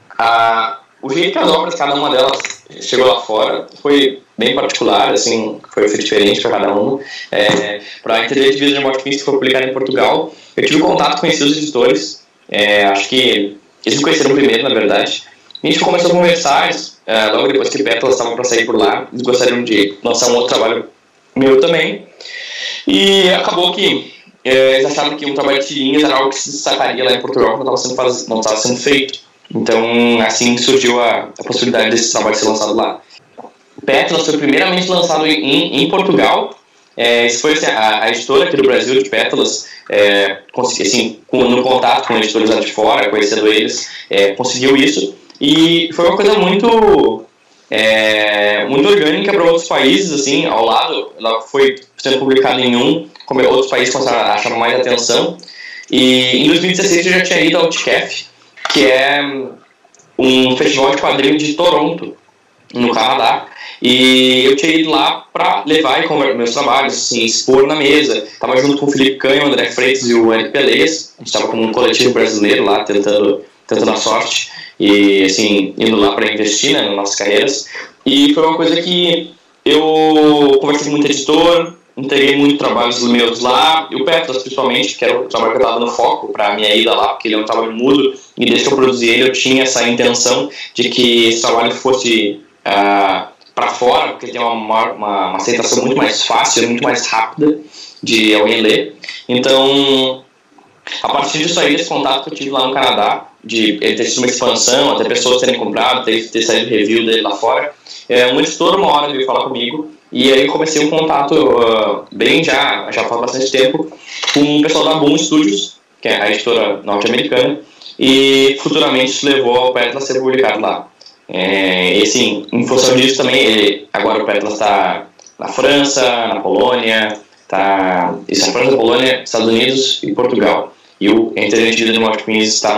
O jeito que as obras, cada uma delas chegou lá fora, foi bem particular, assim, foi diferente para cada uma. Para a Inteligência de Vida de Mort Finis, que foi publicada em Portugal, eu tive contato com conhecidos editores. Acho que eles me conheceram primeiro, na verdade. A gente começou a conversar, logo depois que Pétalas estavam para sair por lá, eles gostariam de lançar um outro trabalho meu também. E acabou que eles acharam que um trabalho de tirinhas era algo que se destacaria lá em Portugal, que não estava sendo feito. Então, assim surgiu a possibilidade desse trabalho ser lançado lá. Pétalas foi primeiramente lançado em Portugal. Isso foi assim, a editora aqui do Brasil, de Pétalas, assim, no contato com editores lá de fora, conhecendo eles, conseguiu isso. E foi uma coisa muito orgânica para outros países, assim, ao lado. Ela foi sendo publicada em como outros países começaram a chamar mais atenção. E em 2016 eu já tinha ido ao TCAF, que é um festival de quadrinhos de Toronto, no Canadá. E eu tinha ido lá para levar meus trabalhos, assim, expor na mesa. Estava junto com o Felipe Canho, o André Freitas e o Eric Pelez. A gente estava com um coletivo brasileiro lá, tentando a sorte. E assim, indo lá para investir, né, nas nossas carreiras. E foi uma coisa que eu conversei com muito editor, entreguei muitos trabalhos meus lá, e o Pétalas principalmente, que era o trabalho que eu estava no foco para a minha ida lá, porque ele é um trabalho mudo, e desde que eu produzi ele eu tinha essa intenção de que esse trabalho fosse para fora, porque tem uma aceitação muito mais fácil, muito mais rápida de alguém ler. Então, a partir disso aí, desse contato que eu tive lá no Canadá, de ele ter sido uma expansão, até pessoas terem comprado, ter saído review dele lá fora, um editor uma hora veio falar comigo, e aí eu comecei um contato bem já faz bastante tempo, com o pessoal da Boom Studios, que é a editora norte-americana, e futuramente isso levou ao Pétalas a ser publicado lá. E assim, em função disso também, agora o Pétalas está na França, na Polônia, isso, a França, Polônia, Estados Unidos e Portugal. E o Inteligente de Vida de Malta Queens está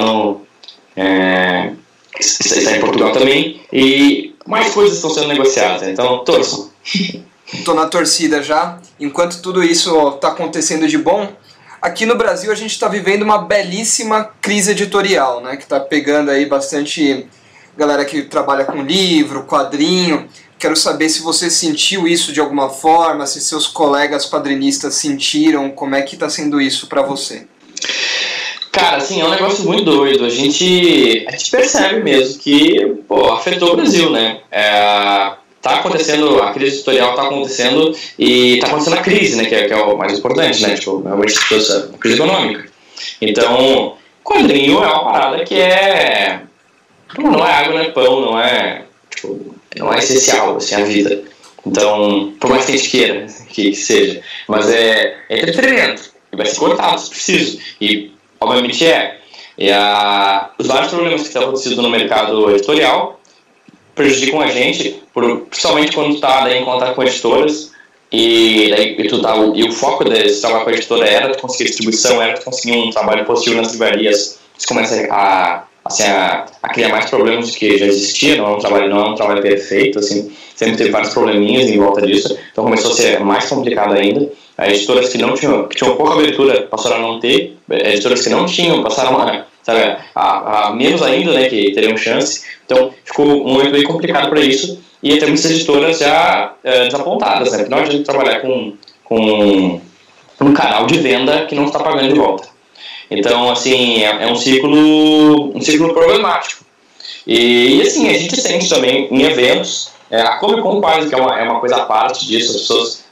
em Portugal também, e mais coisas estão sendo negociadas, então torçam. Tô na torcida já. Enquanto tudo isso está acontecendo de bom, aqui no Brasil a gente está vivendo uma belíssima crise editorial, né, que está pegando aí bastante galera que trabalha com livro, quadrinho. Quero saber se você sentiu isso de alguma forma, se seus colegas quadrinistas sentiram, como é que está sendo isso para você? Cara, assim, é um negócio muito doido. A gente percebe mesmo que, afetou o Brasil, né? Tá acontecendo, a crise editorial tá acontecendo e tá acontecendo a crise, né? Que é o mais importante, né? Tipo, é uma crise econômica. Então, quadrinho é uma parada que não é água, não é pão, não é essencial, assim, a vida. Então, por mais que a gente queira que seja, mas é entretenimento. Vai ser cortado se preciso. E, obviamente, os vários problemas que estão acontecendo no mercado editorial prejudicam a gente, principalmente quando tu está em contato com editoras, e o foco desse trabalho com a editora era tu conseguir distribuição, era tu conseguir um trabalho positivo nas livrarias. Você começa a criar mais problemas do que já existia. Não é um trabalho perfeito, assim, sempre teve vários probleminhas em volta disso, então começou a ser mais complicado ainda. As editoras que tinham pouca abertura passaram a não ter, editoras que não tinham passaram a menos ainda, né, que teriam chance. Então ficou um momento bem complicado para isso, e até muitas editoras já desapontadas, né, porque não adianta trabalhar com um canal de venda que não está pagando de volta. Então, assim, é um ciclo problemático. E assim, a gente sente também em eventos, a Comic Con quase que é uma coisa à parte disso, as pessoas,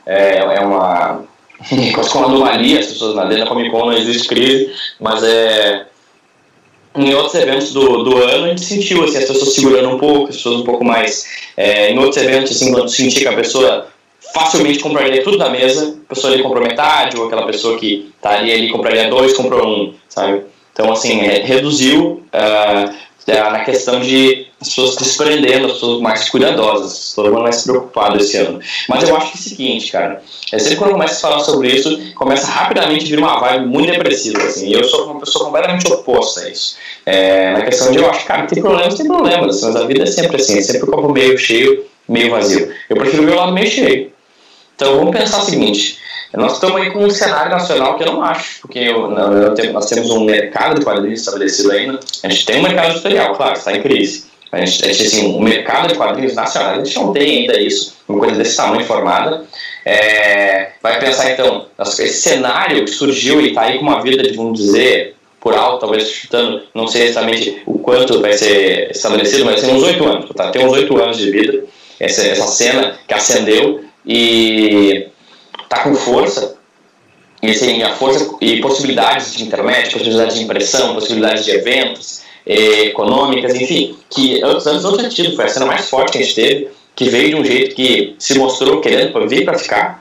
quase com uma anomalia, as pessoas dentro da Comic Con não existe crise, mas em outros eventos do ano a gente sentiu, assim, as pessoas segurando um pouco, as pessoas um pouco mais, em outros eventos, assim, quando sentia que a pessoa facilmente compraria tudo da mesa, a pessoa ali comprou metade, ou aquela pessoa que estaria ali compraria 2, comprou 1, sabe? Então, assim, reduziu na questão de as pessoas se desprendendo, as pessoas mais cuidadosas, todo mundo mais preocupado esse ano. Mas eu acho que é o seguinte, cara, sempre quando eu começo a falar sobre isso, começa rapidamente a vir uma vibe muito depressiva, assim, e eu sou uma pessoa completamente oposta a isso. Na questão de, eu acho, cara, tem problemas, assim, mas a vida é sempre assim, é sempre o copo meio cheio, meio vazio. Eu prefiro o meu lado meio cheio. Então vamos pensar o seguinte, nós estamos aí com um cenário nacional que eu não acho, porque nós temos um mercado de quadrinhos estabelecido ainda, a gente tem um mercado editorial, claro, está em crise, a gente assim, um mercado de quadrinhos nacional, a gente não tem ainda isso, uma coisa desse tamanho formada. Vai pensar então, esse cenário que surgiu, ele está aí com uma vida de, vamos dizer, por alto, talvez chutando, não sei exatamente o quanto vai ser estabelecido, mas tem uns 8 anos, tá? Tem uns 8 anos de vida, essa cena que acendeu, e tá com força, e assim, a força e possibilidades de internet, possibilidades de impressão, possibilidades de eventos, econômicas, enfim, que outros anos não tinha tido, foi a cena mais forte que a gente teve, que veio de um jeito que se mostrou querendo vir para ficar.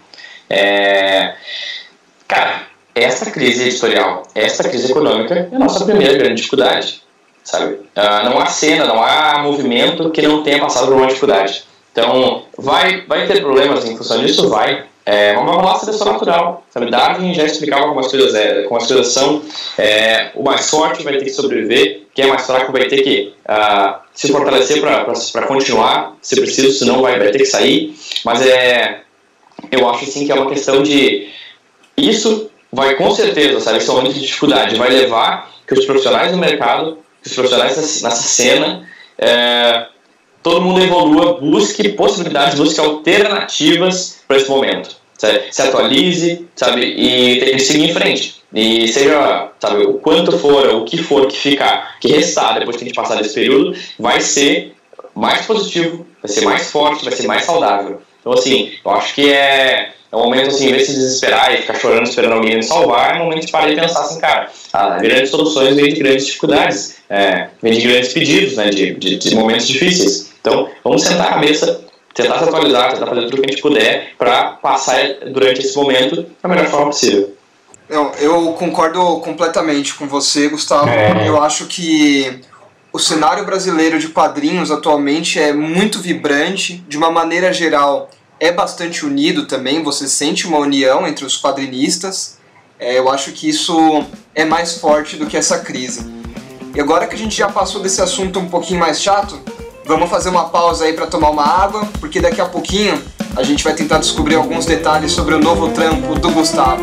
Cara, essa crise editorial, essa crise econômica é a nossa primeira grande dificuldade, sabe? Não há cena, não há movimento que não tenha passado por uma dificuldade. Então, vai ter problemas em função disso? Vai. Vamos rolar a seleção natural. Sabe? Darwin já explicava como as coisas são. O mais forte vai ter que sobreviver, quem é mais fraco vai ter que se fortalecer para continuar, se preciso, senão vai ter que sair. Mas eu acho assim, que é uma questão de... Isso vai com certeza, sabe? Esse momento de dificuldade vai levar que os profissionais do mercado, que os profissionais nessa cena... todo mundo evolua, busque possibilidades, busque alternativas para esse momento. Sabe? Se atualize, sabe? E tem que seguir em frente. E seja, sabe, o quanto for, o que for que ficar, que restar depois que a gente passar desse período, vai ser mais positivo, vai ser mais forte, vai ser mais saudável. Então, assim, eu acho que é um momento, assim, em vez de se desesperar e ficar chorando, esperando alguém me salvar, é um momento de parar e pensar assim, cara, grandes soluções vêm de grandes dificuldades, vêm de grandes pedidos, né, de momentos difíceis. Então, vamos sentar a cabeça, tentar se atualizar, tentar fazer tudo que a gente puder para passar durante esse momento da melhor forma possível. Eu concordo completamente com você, Gustavo. Eu acho que o cenário brasileiro de quadrinhos atualmente é muito vibrante. De uma maneira geral, é bastante unido também, você sente uma união entre os quadrinistas. Eu acho que isso é mais forte do que essa crise. E agora que a gente já passou desse assunto um pouquinho mais chato, vamos fazer uma pausa aí para tomar uma água, porque daqui a pouquinho a gente vai tentar descobrir alguns detalhes sobre o novo trampo do Gustavo.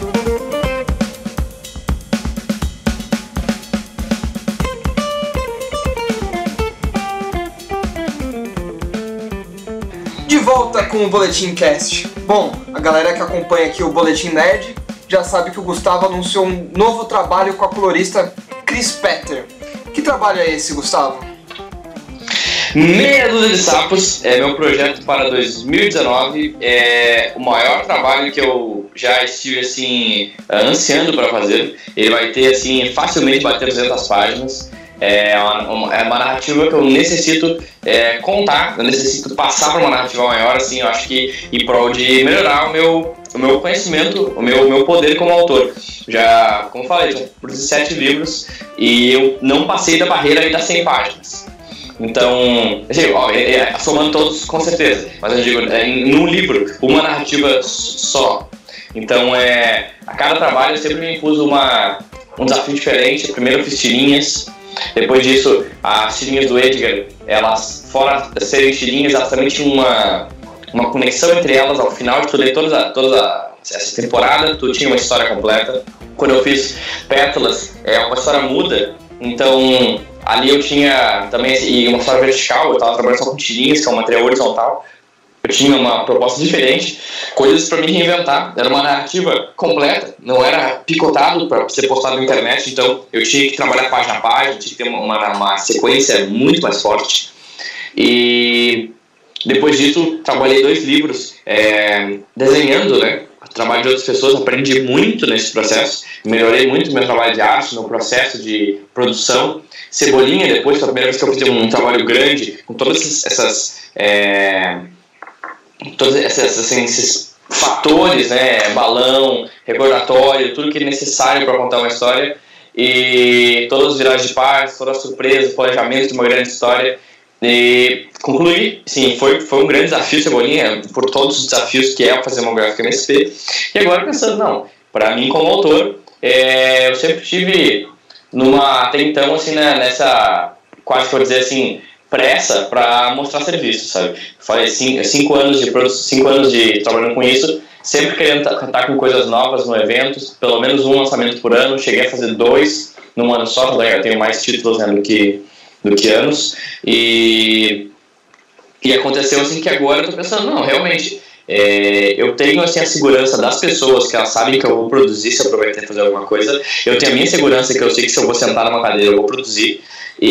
De volta com o Boletim Cast. Bom, a galera que acompanha aqui o Boletim Nerd já sabe que o Gustavo anunciou um novo trabalho com a colorista Chris Petter. Que trabalho é esse, Gustavo? Meia Dúzia de Sapos é meu projeto para 2019. É o maior trabalho que eu já estive assim ansiando para fazer. Ele vai ter assim facilmente bater 200 páginas. É uma narrativa que eu necessito contar, eu necessito passar para uma narrativa maior, assim, eu acho que em prol de melhorar o meu conhecimento, o meu poder como autor. Já, como falei, já produzi 7 livros e eu não passei da barreira aí das 100 páginas. Então, assim, somando todos, com certeza, mas eu digo, num livro, uma narrativa só. Então, a cada trabalho eu sempre me impus um desafio diferente. Primeiro eu fiz tirinhas. Depois disso, as tirinhas do Edgar, elas, fora serem tirinhas, elas também tinham uma conexão entre elas. Ao final de toda essa temporada, tu tinha uma história completa. Quando eu fiz Pétalas, é uma história muda, então ali eu tinha também uma história vertical. Eu estava trabalhando só com tirinhas, que é um material horizontal. Eu tinha uma proposta diferente, coisas para me reinventar. Era uma narrativa completa, não era picotado para ser postado na internet, então eu tinha que trabalhar página a página, tinha que ter uma sequência muito mais forte. E depois disso, trabalhei 2 livros desenhando, né? Trabalho de outras pessoas, aprendi muito nesse processo, melhorei muito meu trabalho de arte, meu processo de produção. Cebolinha, depois, foi a primeira vez que eu fiz um trabalho grande, com todas esses fatores, né, balão, recordatório, tudo que é necessário para contar uma história, e todas as viradas de páginas, toda a surpresa, planejamento de uma grande história. E concluí, sim, foi um grande desafio, Cebolinha, por todos os desafios que é fazer uma gráfica MSP. E agora pensando, não, para mim como autor, eu sempre tive até então, assim, nessa, quase que eu vou dizer assim, pressa para mostrar serviço, sabe? Falei 5 anos de trabalhando com isso, sempre querendo estar com coisas novas no evento, pelo menos um lançamento por ano. Cheguei a fazer 2 num ano só, eu tenho mais títulos, né, do que anos, e aconteceu assim que agora eu tô pensando, não, realmente, eu tenho assim a segurança das pessoas, que elas sabem que eu vou produzir se eu prometer fazer alguma coisa. Eu tenho a minha segurança, que eu sei que se eu vou sentar numa cadeira eu vou produzir.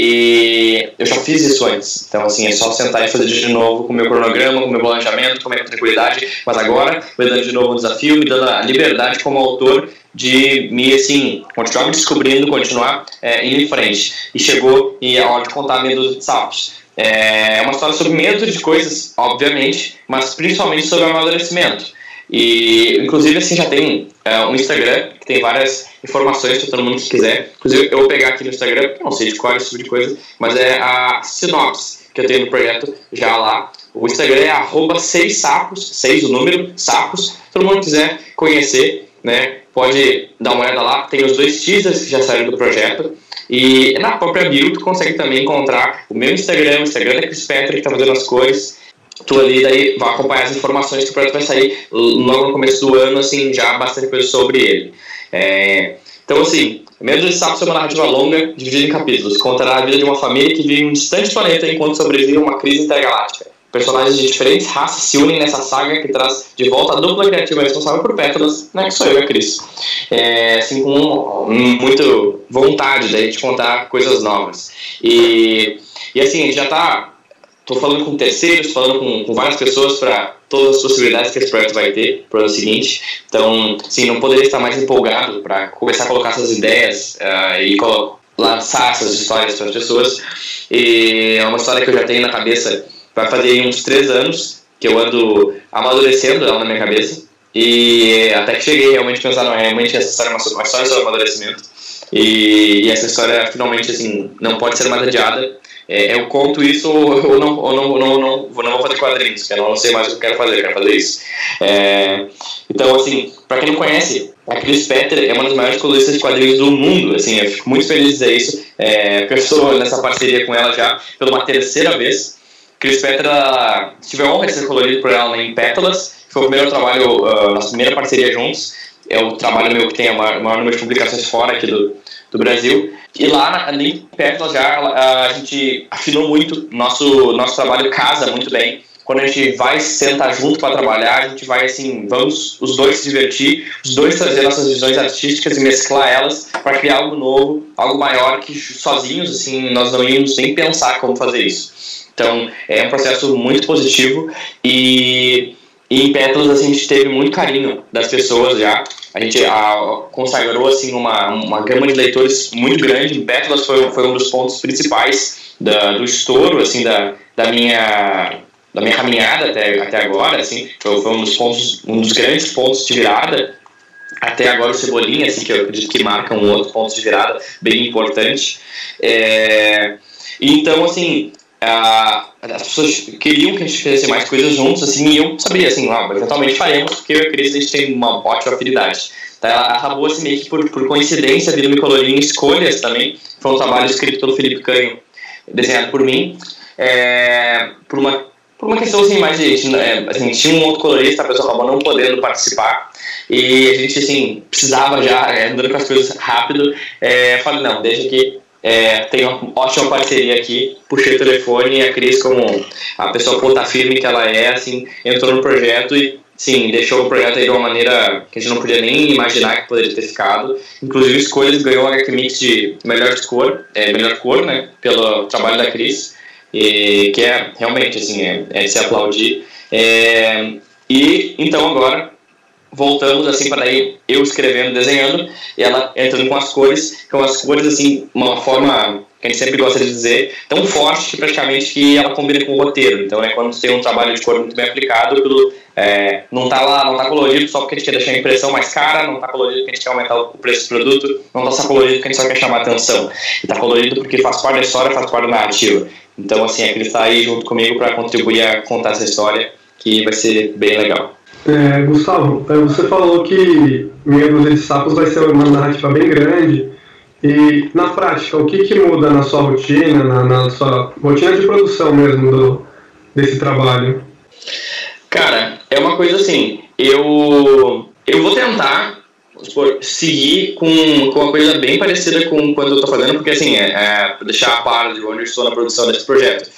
E eu já fiz isso antes, então assim, é só sentar e fazer de novo com o meu cronograma, com o meu planejamento, com a minha tranquilidade. Mas agora, me dando de novo um desafio, me dando a liberdade como autor de me, assim, continuar me descobrindo, continuar indo em frente. E chegou a hora de contar a Meia Dúzia de Sapos. É uma história sobre medo de coisas, obviamente, mas principalmente sobre amadurecimento. E, inclusive, assim, já tem um Instagram que tem várias informações para todo mundo que quiser. Inclusive, eu vou pegar aqui no Instagram, porque eu não sei de qual é esse tipo de coisa, mas é a sinopse que eu tenho no projeto já lá. O Instagram é @6sapos, 6 o número, sapos. Se todo mundo quiser conhecer, né, pode dar uma olhada lá. Tem os 2 teasers que já saíram do projeto. E na própria bio tu consegue também encontrar o meu Instagram, o Instagram da Chris Petter, que está fazendo as cores. Tu ali daí vai acompanhar as informações que o projeto vai sair logo no começo do ano, assim, já bastante coisa sobre ele. Então, assim, Meia Dúzia de Sapos é uma narrativa longa, dividida em capítulos. Contará a vida de uma família que vive em um distante planeta enquanto sobrevive a uma crise intergaláctica. Personagens de diferentes raças se unem nessa saga que traz de volta a dupla criativa responsável por Pétalas, né, que sou eu e a Cris. Assim, com muita vontade daí de contar coisas novas. E assim, a gente já tá... Tô falando com terceiros, falando com várias pessoas para todas as possibilidades que esse projeto vai ter para o ano seguinte. Então, sim, não poderia estar mais empolgado para começar a colocar essas ideias e lançar essas histórias para as pessoas. E é uma história que eu já tenho na cabeça, vai fazer uns 3 anos que eu ando amadurecendo ela na minha cabeça. E até que cheguei realmente a pensar, não, realmente essa história é uma história sobre amadurecimento. e essa história finalmente assim não pode ser mais adiada. Eu conto isso ou não vou fazer quadrinhos, que eu não sei mais o que eu quero fazer isso. Então, assim, pra quem não conhece, a Cris Petter é uma das maiores coloristas de quadrinhos do mundo, assim, eu fico muito feliz de dizer isso, eu estou nessa parceria com ela já pela uma terceira vez. Cris Petter, tive a honra de ser colorido por ela em Pétalas, foi o primeiro trabalho, nossa primeira parceria juntos, é o trabalho meu que tem o maior número de publicações fora aqui do Brasil. E lá em Pétalas já a gente afinou muito, nosso trabalho casa muito bem. Quando a gente vai sentar junto para trabalhar, a gente vai assim, vamos os dois se divertir, os dois trazer nossas visões artísticas e mesclar elas para criar algo novo, algo maior que sozinhos assim nós não íamos nem pensar como fazer isso. Então é um processo muito positivo e em Pétalas assim, a gente teve muito carinho das pessoas já. A gente consagrou assim, uma gama de leitores muito grande. Em Pétalas foi um dos pontos principais do estouro assim, da minha caminhada até agora. Assim, foi um dos grandes pontos de virada. Até agora o Cebolinha, assim, que eu acredito que marca um outro ponto de virada bem importante. Então, assim, as pessoas queriam que a gente fizesse mais coisas juntos, assim, e eu sabia, assim, eventualmente faremos, porque eu e a Cris, a gente tem uma ótima afinidade. Tá, ela acabou, assim, meio que por coincidência, vindo me colorir em Escolhas também. Foi um trabalho escrito pelo Felipe Canho, desenhado por mim, por uma questão, assim, mais de... assim, tinha um outro colorista, a pessoa acabou não podendo participar, e a gente, assim, precisava já, andando com as coisas rápido, falei, não, deixa aqui. Tem uma ótima parceria aqui, puxei o telefone e a Cris, como a pessoa ponta firme que ela é, assim, entrou no projeto e sim, deixou o projeto aí de uma maneira que a gente não podia nem imaginar que poderia ter ficado. Inclusive Escolhas ganhou o HQ Mix de melhor cor, né, pelo trabalho da Cris, e que é realmente assim, de se aplaudir. E então agora voltamos assim para daí eu escrevendo, desenhando e ela entrando com as cores assim, uma forma que a gente sempre gosta de dizer, tão forte que praticamente que ela combina com o roteiro. Então quando você tem um trabalho de cor muito bem aplicado, não tá colorido só porque a gente quer deixar a impressão mais cara, não tá colorido porque a gente quer aumentar o preço do produto, não tá só colorido porque a gente só quer chamar atenção, e tá colorido porque faz parte da história, faz parte da narrativa. Então assim, a Cris está aí junto comigo para contribuir a contar essa história, que vai ser bem legal. Gustavo, você falou que Meia Dúzia de Sapos vai ser uma narrativa bem grande, e na prática, o que muda na sua rotina, na sua rotina de produção mesmo desse trabalho? Cara, é uma coisa assim, eu vou tentar seguir com uma coisa bem parecida com quando eu tô fazendo, porque assim, deixar a par de onde eu estou na produção desse projeto.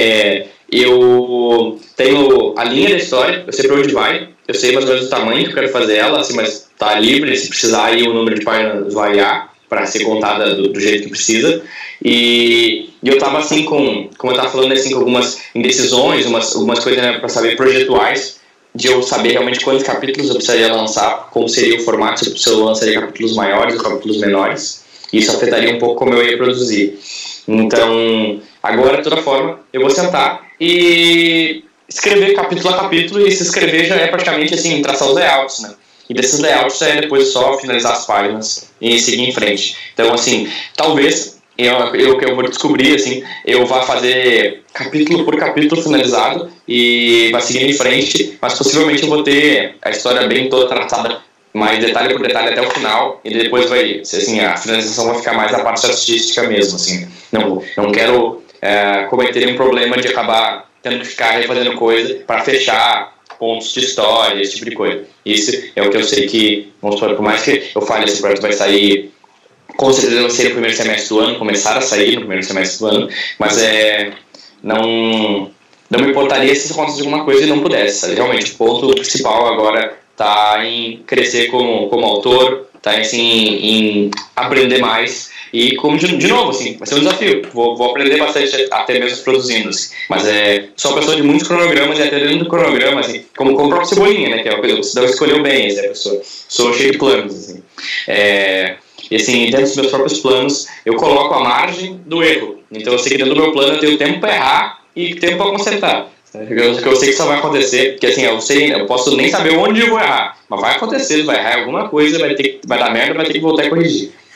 Eu tenho a linha da história, eu sei pra onde vai, eu sei mais ou menos o tamanho que eu quero fazer ela, assim, mas tá livre, se precisar aí o número de páginas variar para ser contada do jeito que precisa. E eu tava assim como eu tava falando, assim, com algumas indecisões, algumas coisas, né, para saber projetuais, de eu saber realmente quantos capítulos eu precisaria lançar, como seria o formato, se eu lançaria capítulos maiores ou capítulos menores. Isso afetaria um pouco como eu ia produzir. Então, agora, de toda forma, eu vou sentar e escrever capítulo a capítulo, e se escrever já é praticamente assim, traçar os layouts, né? E desses layouts depois só finalizar as páginas e seguir em frente. Então, assim, talvez eu vou descobrir, assim, eu vá fazer capítulo por capítulo finalizado e vai seguir em frente, mas possivelmente eu vou ter a história bem toda tratada, mais detalhe por detalhe até o final, e depois vai, assim, a finalização vai ficar mais a parte artística mesmo, assim. Não quero cometer um problema de acabar tendo que ficar refazendo coisa para fechar pontos de história, esse tipo de coisa. Isso é o que eu sei que, vamos supor, por mais que eu fale, esse projeto vai sair, com certeza vai ser no primeiro semestre do ano, começar a sair no primeiro semestre do ano, mas não me importaria se acontecesse alguma coisa e não pudesse, sabe? Realmente, o ponto principal agora está em crescer como autor, está assim, em aprender mais. E como de novo, assim, vai ser um desafio. Vou aprender bastante até mesmo produzindo, assim. Mas sou uma pessoa de muitos cronogramas, e até dentro do cronograma, assim, como o próprio Cebolinha, né, que é uma coisa que você escolheu bem, essa pessoa. Sou cheio de planos, assim. E assim, dentro dos meus próprios planos, eu coloco a margem do erro. Então eu sei que dentro do meu plano eu tenho tempo para errar e tempo para consertar. Eu sei que isso vai acontecer, porque assim, eu posso nem saber onde eu vou errar, mas vai acontecer, vai errar alguma coisa, vai dar merda, vai ter que voltar e corrigir.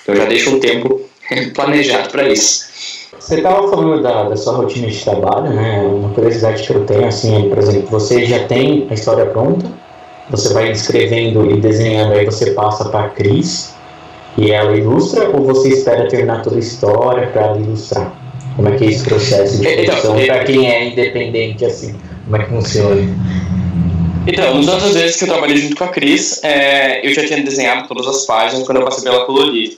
Eu já deixo um tempo planejado para isso. Você estava falando da sua rotina de trabalho, né? Uma curiosidade que eu tenho, assim, por exemplo, você já tem a história pronta, você vai escrevendo e desenhando, aí você passa para a Cris e ela ilustra, ou você espera terminar toda a história para ela ilustrar? Como é que é esse processo de produção para quem é independente, assim? Como é que funciona? Então, nas outras vezes que eu trabalhei junto com a Cris, eu já tinha desenhado todas as páginas quando eu passei pela colorir.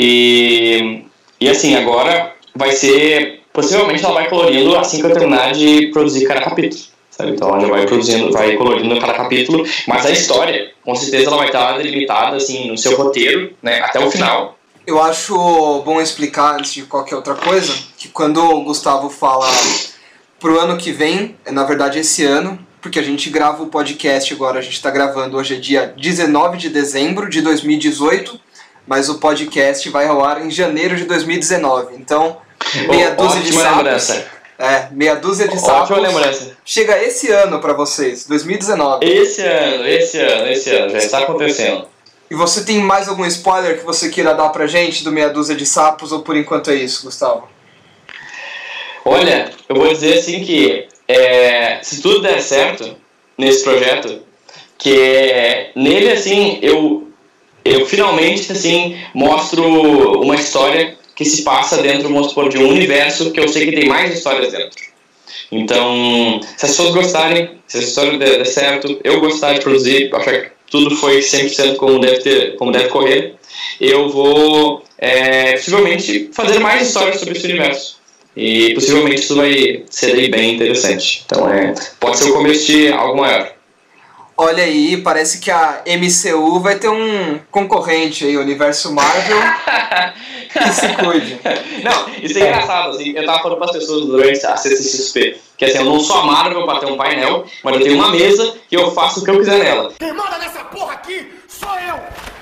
E assim, agora vai ser... Possivelmente ela vai colorindo assim que eu terminar de produzir cada capítulo, sabe? Então ela já vai colorindo cada capítulo, mas a história, com certeza ela vai estar delimitada assim, no seu roteiro, né, até o final. Eu acho bom explicar, antes de qualquer outra coisa, que quando o Gustavo fala pro ano que vem, é na verdade esse ano, porque a gente grava o podcast agora, a gente está gravando, hoje é dia 19 de dezembro de 2018, mas o podcast vai ao ar em janeiro de 2019, então meia dúzia de sapos... meia dúzia de sapos. Ótima lembrança. Chega esse ano pra vocês, 2019. Esse ano, já está acontecendo. E você tem mais algum spoiler que você queira dar pra gente do meia dúzia de sapos, ou por enquanto é isso, Gustavo? Olha, eu vou dizer assim que se tudo der certo nesse projeto, que nele assim eu finalmente assim mostro uma história que se passa dentro, vamos supor, de um universo que eu sei que tem mais histórias dentro. Então, se as pessoas gostarem, se a história der certo, eu gostar de produzir, achar que tudo foi 100% como deve correr, eu vou possivelmente fazer mais histórias sobre esse universo. E possivelmente isso vai ser bem interessante. Então pode ser o começo de algo maior. Olha aí, parece que a MCU vai ter um concorrente aí, o Universo Marvel, que se cuide. Não, isso é engraçado, assim, eu tava falando para as pessoas durante a CCXP, que assim, eu não sou a Marvel para ter um painel, mas eu tenho uma mesa que eu faço o que eu quiser nela. Quem manda nessa porra aqui sou eu!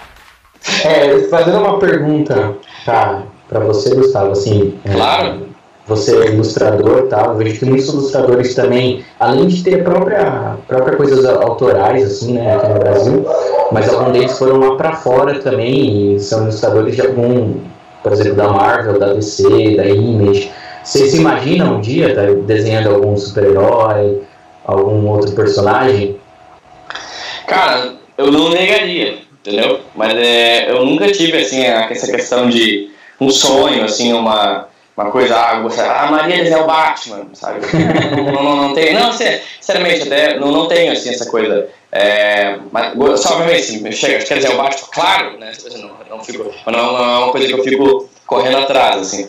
Fazendo uma pergunta pra você, Gustavo, assim... Claro. Você é ilustrador, tá? Eu vejo que muitos ilustradores também, além de ter própria coisas autorais, assim, né, aqui no Brasil, mas alguns deles foram lá pra fora também e são ilustradores de algum, por exemplo, da Marvel, da DC, da Image. Você se imagina um dia desenhando algum super-herói, algum outro personagem? Cara, eu não negaria, entendeu? Mas eu nunca tive, assim, essa questão de um sonho, assim, uma coisa, a Maria é o Batman, sabe? Não tenho, não, sinceramente, até não tenho, assim, essa coisa, mas, só pra ver, assim, quer dizer, o Batman, claro, né, não é uma coisa que eu fico correndo atrás, assim,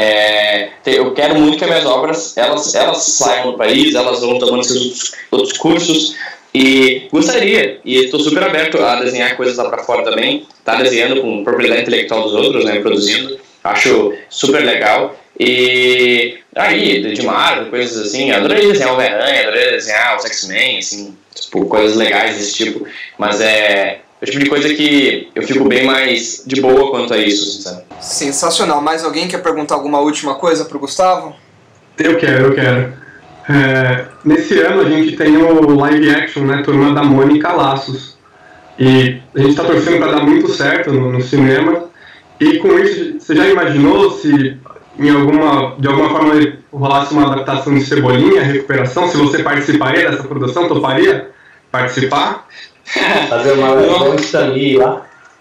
eu quero muito que as minhas obras, elas saiam do país, elas vão tomando esses outros cursos, e gostaria, e estou super aberto a desenhar coisas lá pra fora também, tá desenhando com propriedade intelectual dos outros, né, produzindo. Acho super legal. E aí, de Marvel, coisas assim, adorei desenhar o Homem-Aranha, adorei desenhar os X-Men, assim, tipo, coisas legais desse tipo. Mas o tipo de coisa que eu fico bem mais de boa quanto a isso, sabe? Sensacional. Mais alguém quer perguntar alguma última coisa pro Gustavo? Eu quero. Nesse ano a gente tem o live action, né, Turma da Mônica Laços. E a gente está torcendo para dar muito certo no cinema. E com isso, você já imaginou se de alguma forma rolasse uma adaptação de Cebolinha, recuperação? Se você participaria dessa produção, toparia participar? Fazer uma Stanley lá?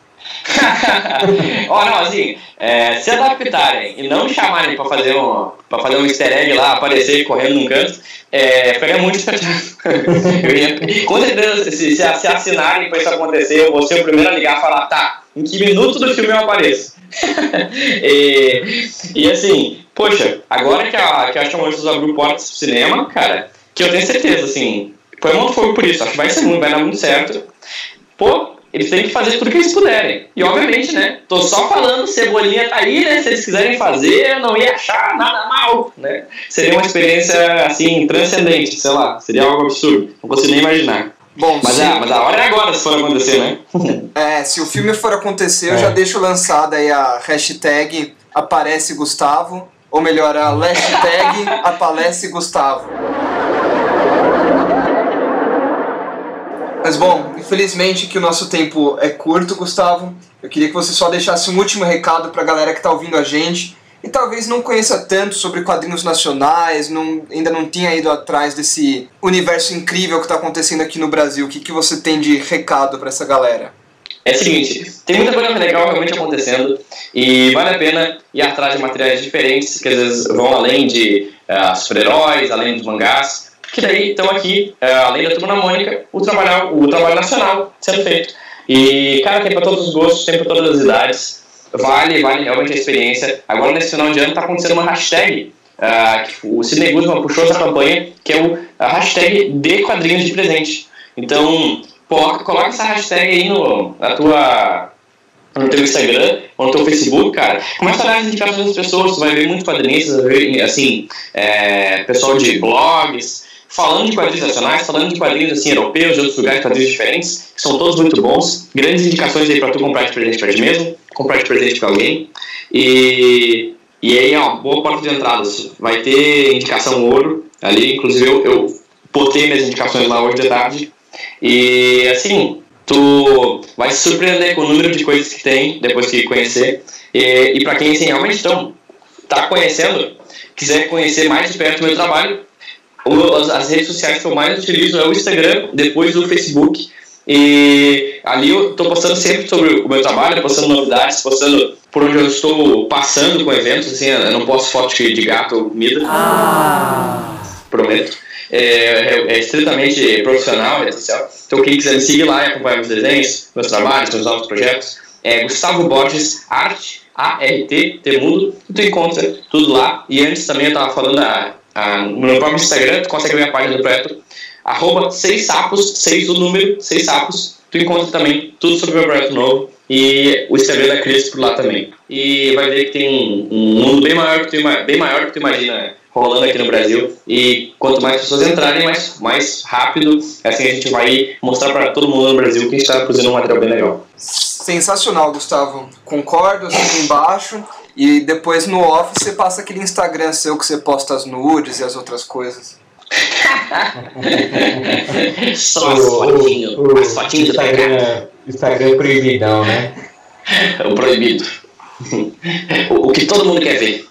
Não, assim, se adaptarem e não me chamarem pra fazer um easter egg lá, aparecer correndo num canto, ficaria muito chateado. Com certeza, se assinarem pra isso acontecer, eu vou ser o primeiro a ligar e falar, tá, em que minuto do filme eu apareço? e assim, poxa, agora que a Chamanchos abriu portas pro cinema, cara, que eu tenho certeza, assim, foi muito fogo por isso, acho que vai dar muito certo. Pô, eles têm que fazer tudo que eles puderem. E obviamente, né, tô só falando, Cebolinha tá aí, né, se eles quiserem fazer, eu não ia achar nada mal, né. Seria uma experiência, assim, transcendente, sei lá, seria algo absurdo, não consigo nem imaginar. Bom, mas a hora é agora, se for acontecer, né? Se o filme for acontecer, eu já deixo lançada aí a hashtag Aparece Gustavo, ou melhor, a hashtag Aparece Gustavo. Mas bom, infelizmente que o nosso tempo é curto, Gustavo. Eu queria que você só deixasse um último recado para a galera que está ouvindo a gente e talvez não conheça tanto sobre quadrinhos nacionais, ainda não tinha ido atrás desse universo incrível que está acontecendo aqui no Brasil. O que você tem de recado para essa galera? É o seguinte, tem muita coisa legal realmente acontecendo e vale a pena ir atrás de materiais diferentes, que às vezes vão além de super-heróis, além dos mangás, que daí estão aqui, além da Turma da Mônica, o trabalho nacional sendo feito. E, cara, tem para todos os gostos, tem para todas as idades, vale realmente a experiência. Agora, nesse final de ano, está acontecendo uma hashtag, que o Sidney Guzman puxou essa campanha, que é a hashtag de quadrinhos de presente. Então, coloca essa hashtag aí no teu Instagram ou no teu Facebook, cara. Começa a olhar as indicações das pessoas, tu vai ver muitos quadrinistas, vai ver, assim, pessoal de blogs, falando de quadrinhos nacionais, falando de quadrinhos assim, europeus, de outros lugares, quadrinhos diferentes, que são todos muito bons. Grandes indicações aí pra tu comprar de presente pra ti mesmo, comprar de presente pra alguém. E aí, boa porta de entrada. Vai ter indicação ouro ali, inclusive eu botei minhas indicações lá hoje de tarde. E assim, tu vai se surpreender com o número de coisas que tem depois que conhecer. E pra quem assim, realmente tá conhecendo, quiser conhecer mais de perto o meu trabalho, as redes sociais que eu mais utilizo é o Instagram, depois o Facebook. E ali eu estou postando sempre sobre o meu trabalho, postando novidades, postando por onde eu estou passando com eventos. Assim, eu não posto foto de gato ou comida, prometo. É estritamente profissional, rede social. Então quem quiser me seguir lá e acompanhar meus desenhos, meus trabalhos, meus novos projetos, é Gustavo Borges Arte, ART, Temudo. Tu encontra tudo lá. E antes também eu estava falando no meu próprio Instagram, tu consegue ver a página do projeto, @6sapos, 6 o número, 6 sapos. Tu encontra também tudo sobre o meu projeto novo e o Instagram da Cris por lá também. E vai ver que tem um mundo bem maior do que tu imagina rolando aqui no Brasil. E quanto mais pessoas entrarem, mais rápido, assim a gente vai mostrar para todo mundo no Brasil que a gente está produzindo um material bem legal. Sensacional, Gustavo. Concordo, assim embaixo. E depois no off você passa aquele Instagram seu que você posta as nudes e as outras coisas. Só as fotinhas do Instagram proibidão, né? É o proibido. O que todo mundo quer ver.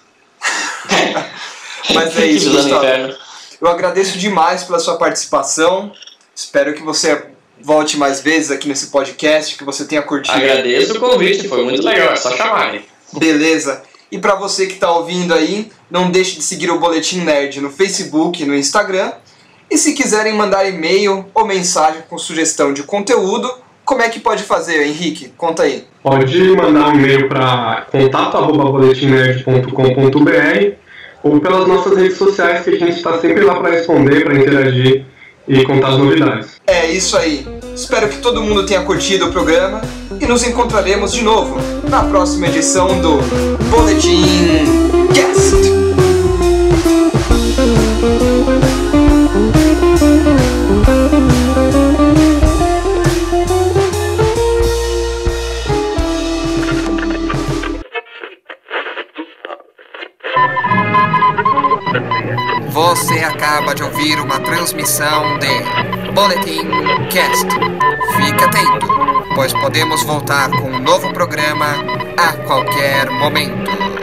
Mas é isso, Gustavo. Eu agradeço demais pela sua participação. Espero que você volte mais vezes aqui nesse podcast, que você tenha curtido. Agradeço o convite, foi muito legal, é só chamar. Beleza. E para você que está ouvindo aí, não deixe de seguir o Boletim Nerd no Facebook e no Instagram. E se quiserem mandar e-mail ou mensagem com sugestão de conteúdo, como é que pode fazer, Henrique? Conta aí. Pode mandar um e-mail para contato@boletimnerd.com.br ou pelas nossas redes sociais, que a gente está sempre lá para responder, para interagir e contar as novidades. É isso aí. Espero que todo mundo tenha curtido o programa e nos encontraremos de novo na próxima edição do Boletim Cast. Você acaba de ouvir uma transmissão de Boletim Cast. Fique atento, pois podemos voltar com um novo programa a qualquer momento.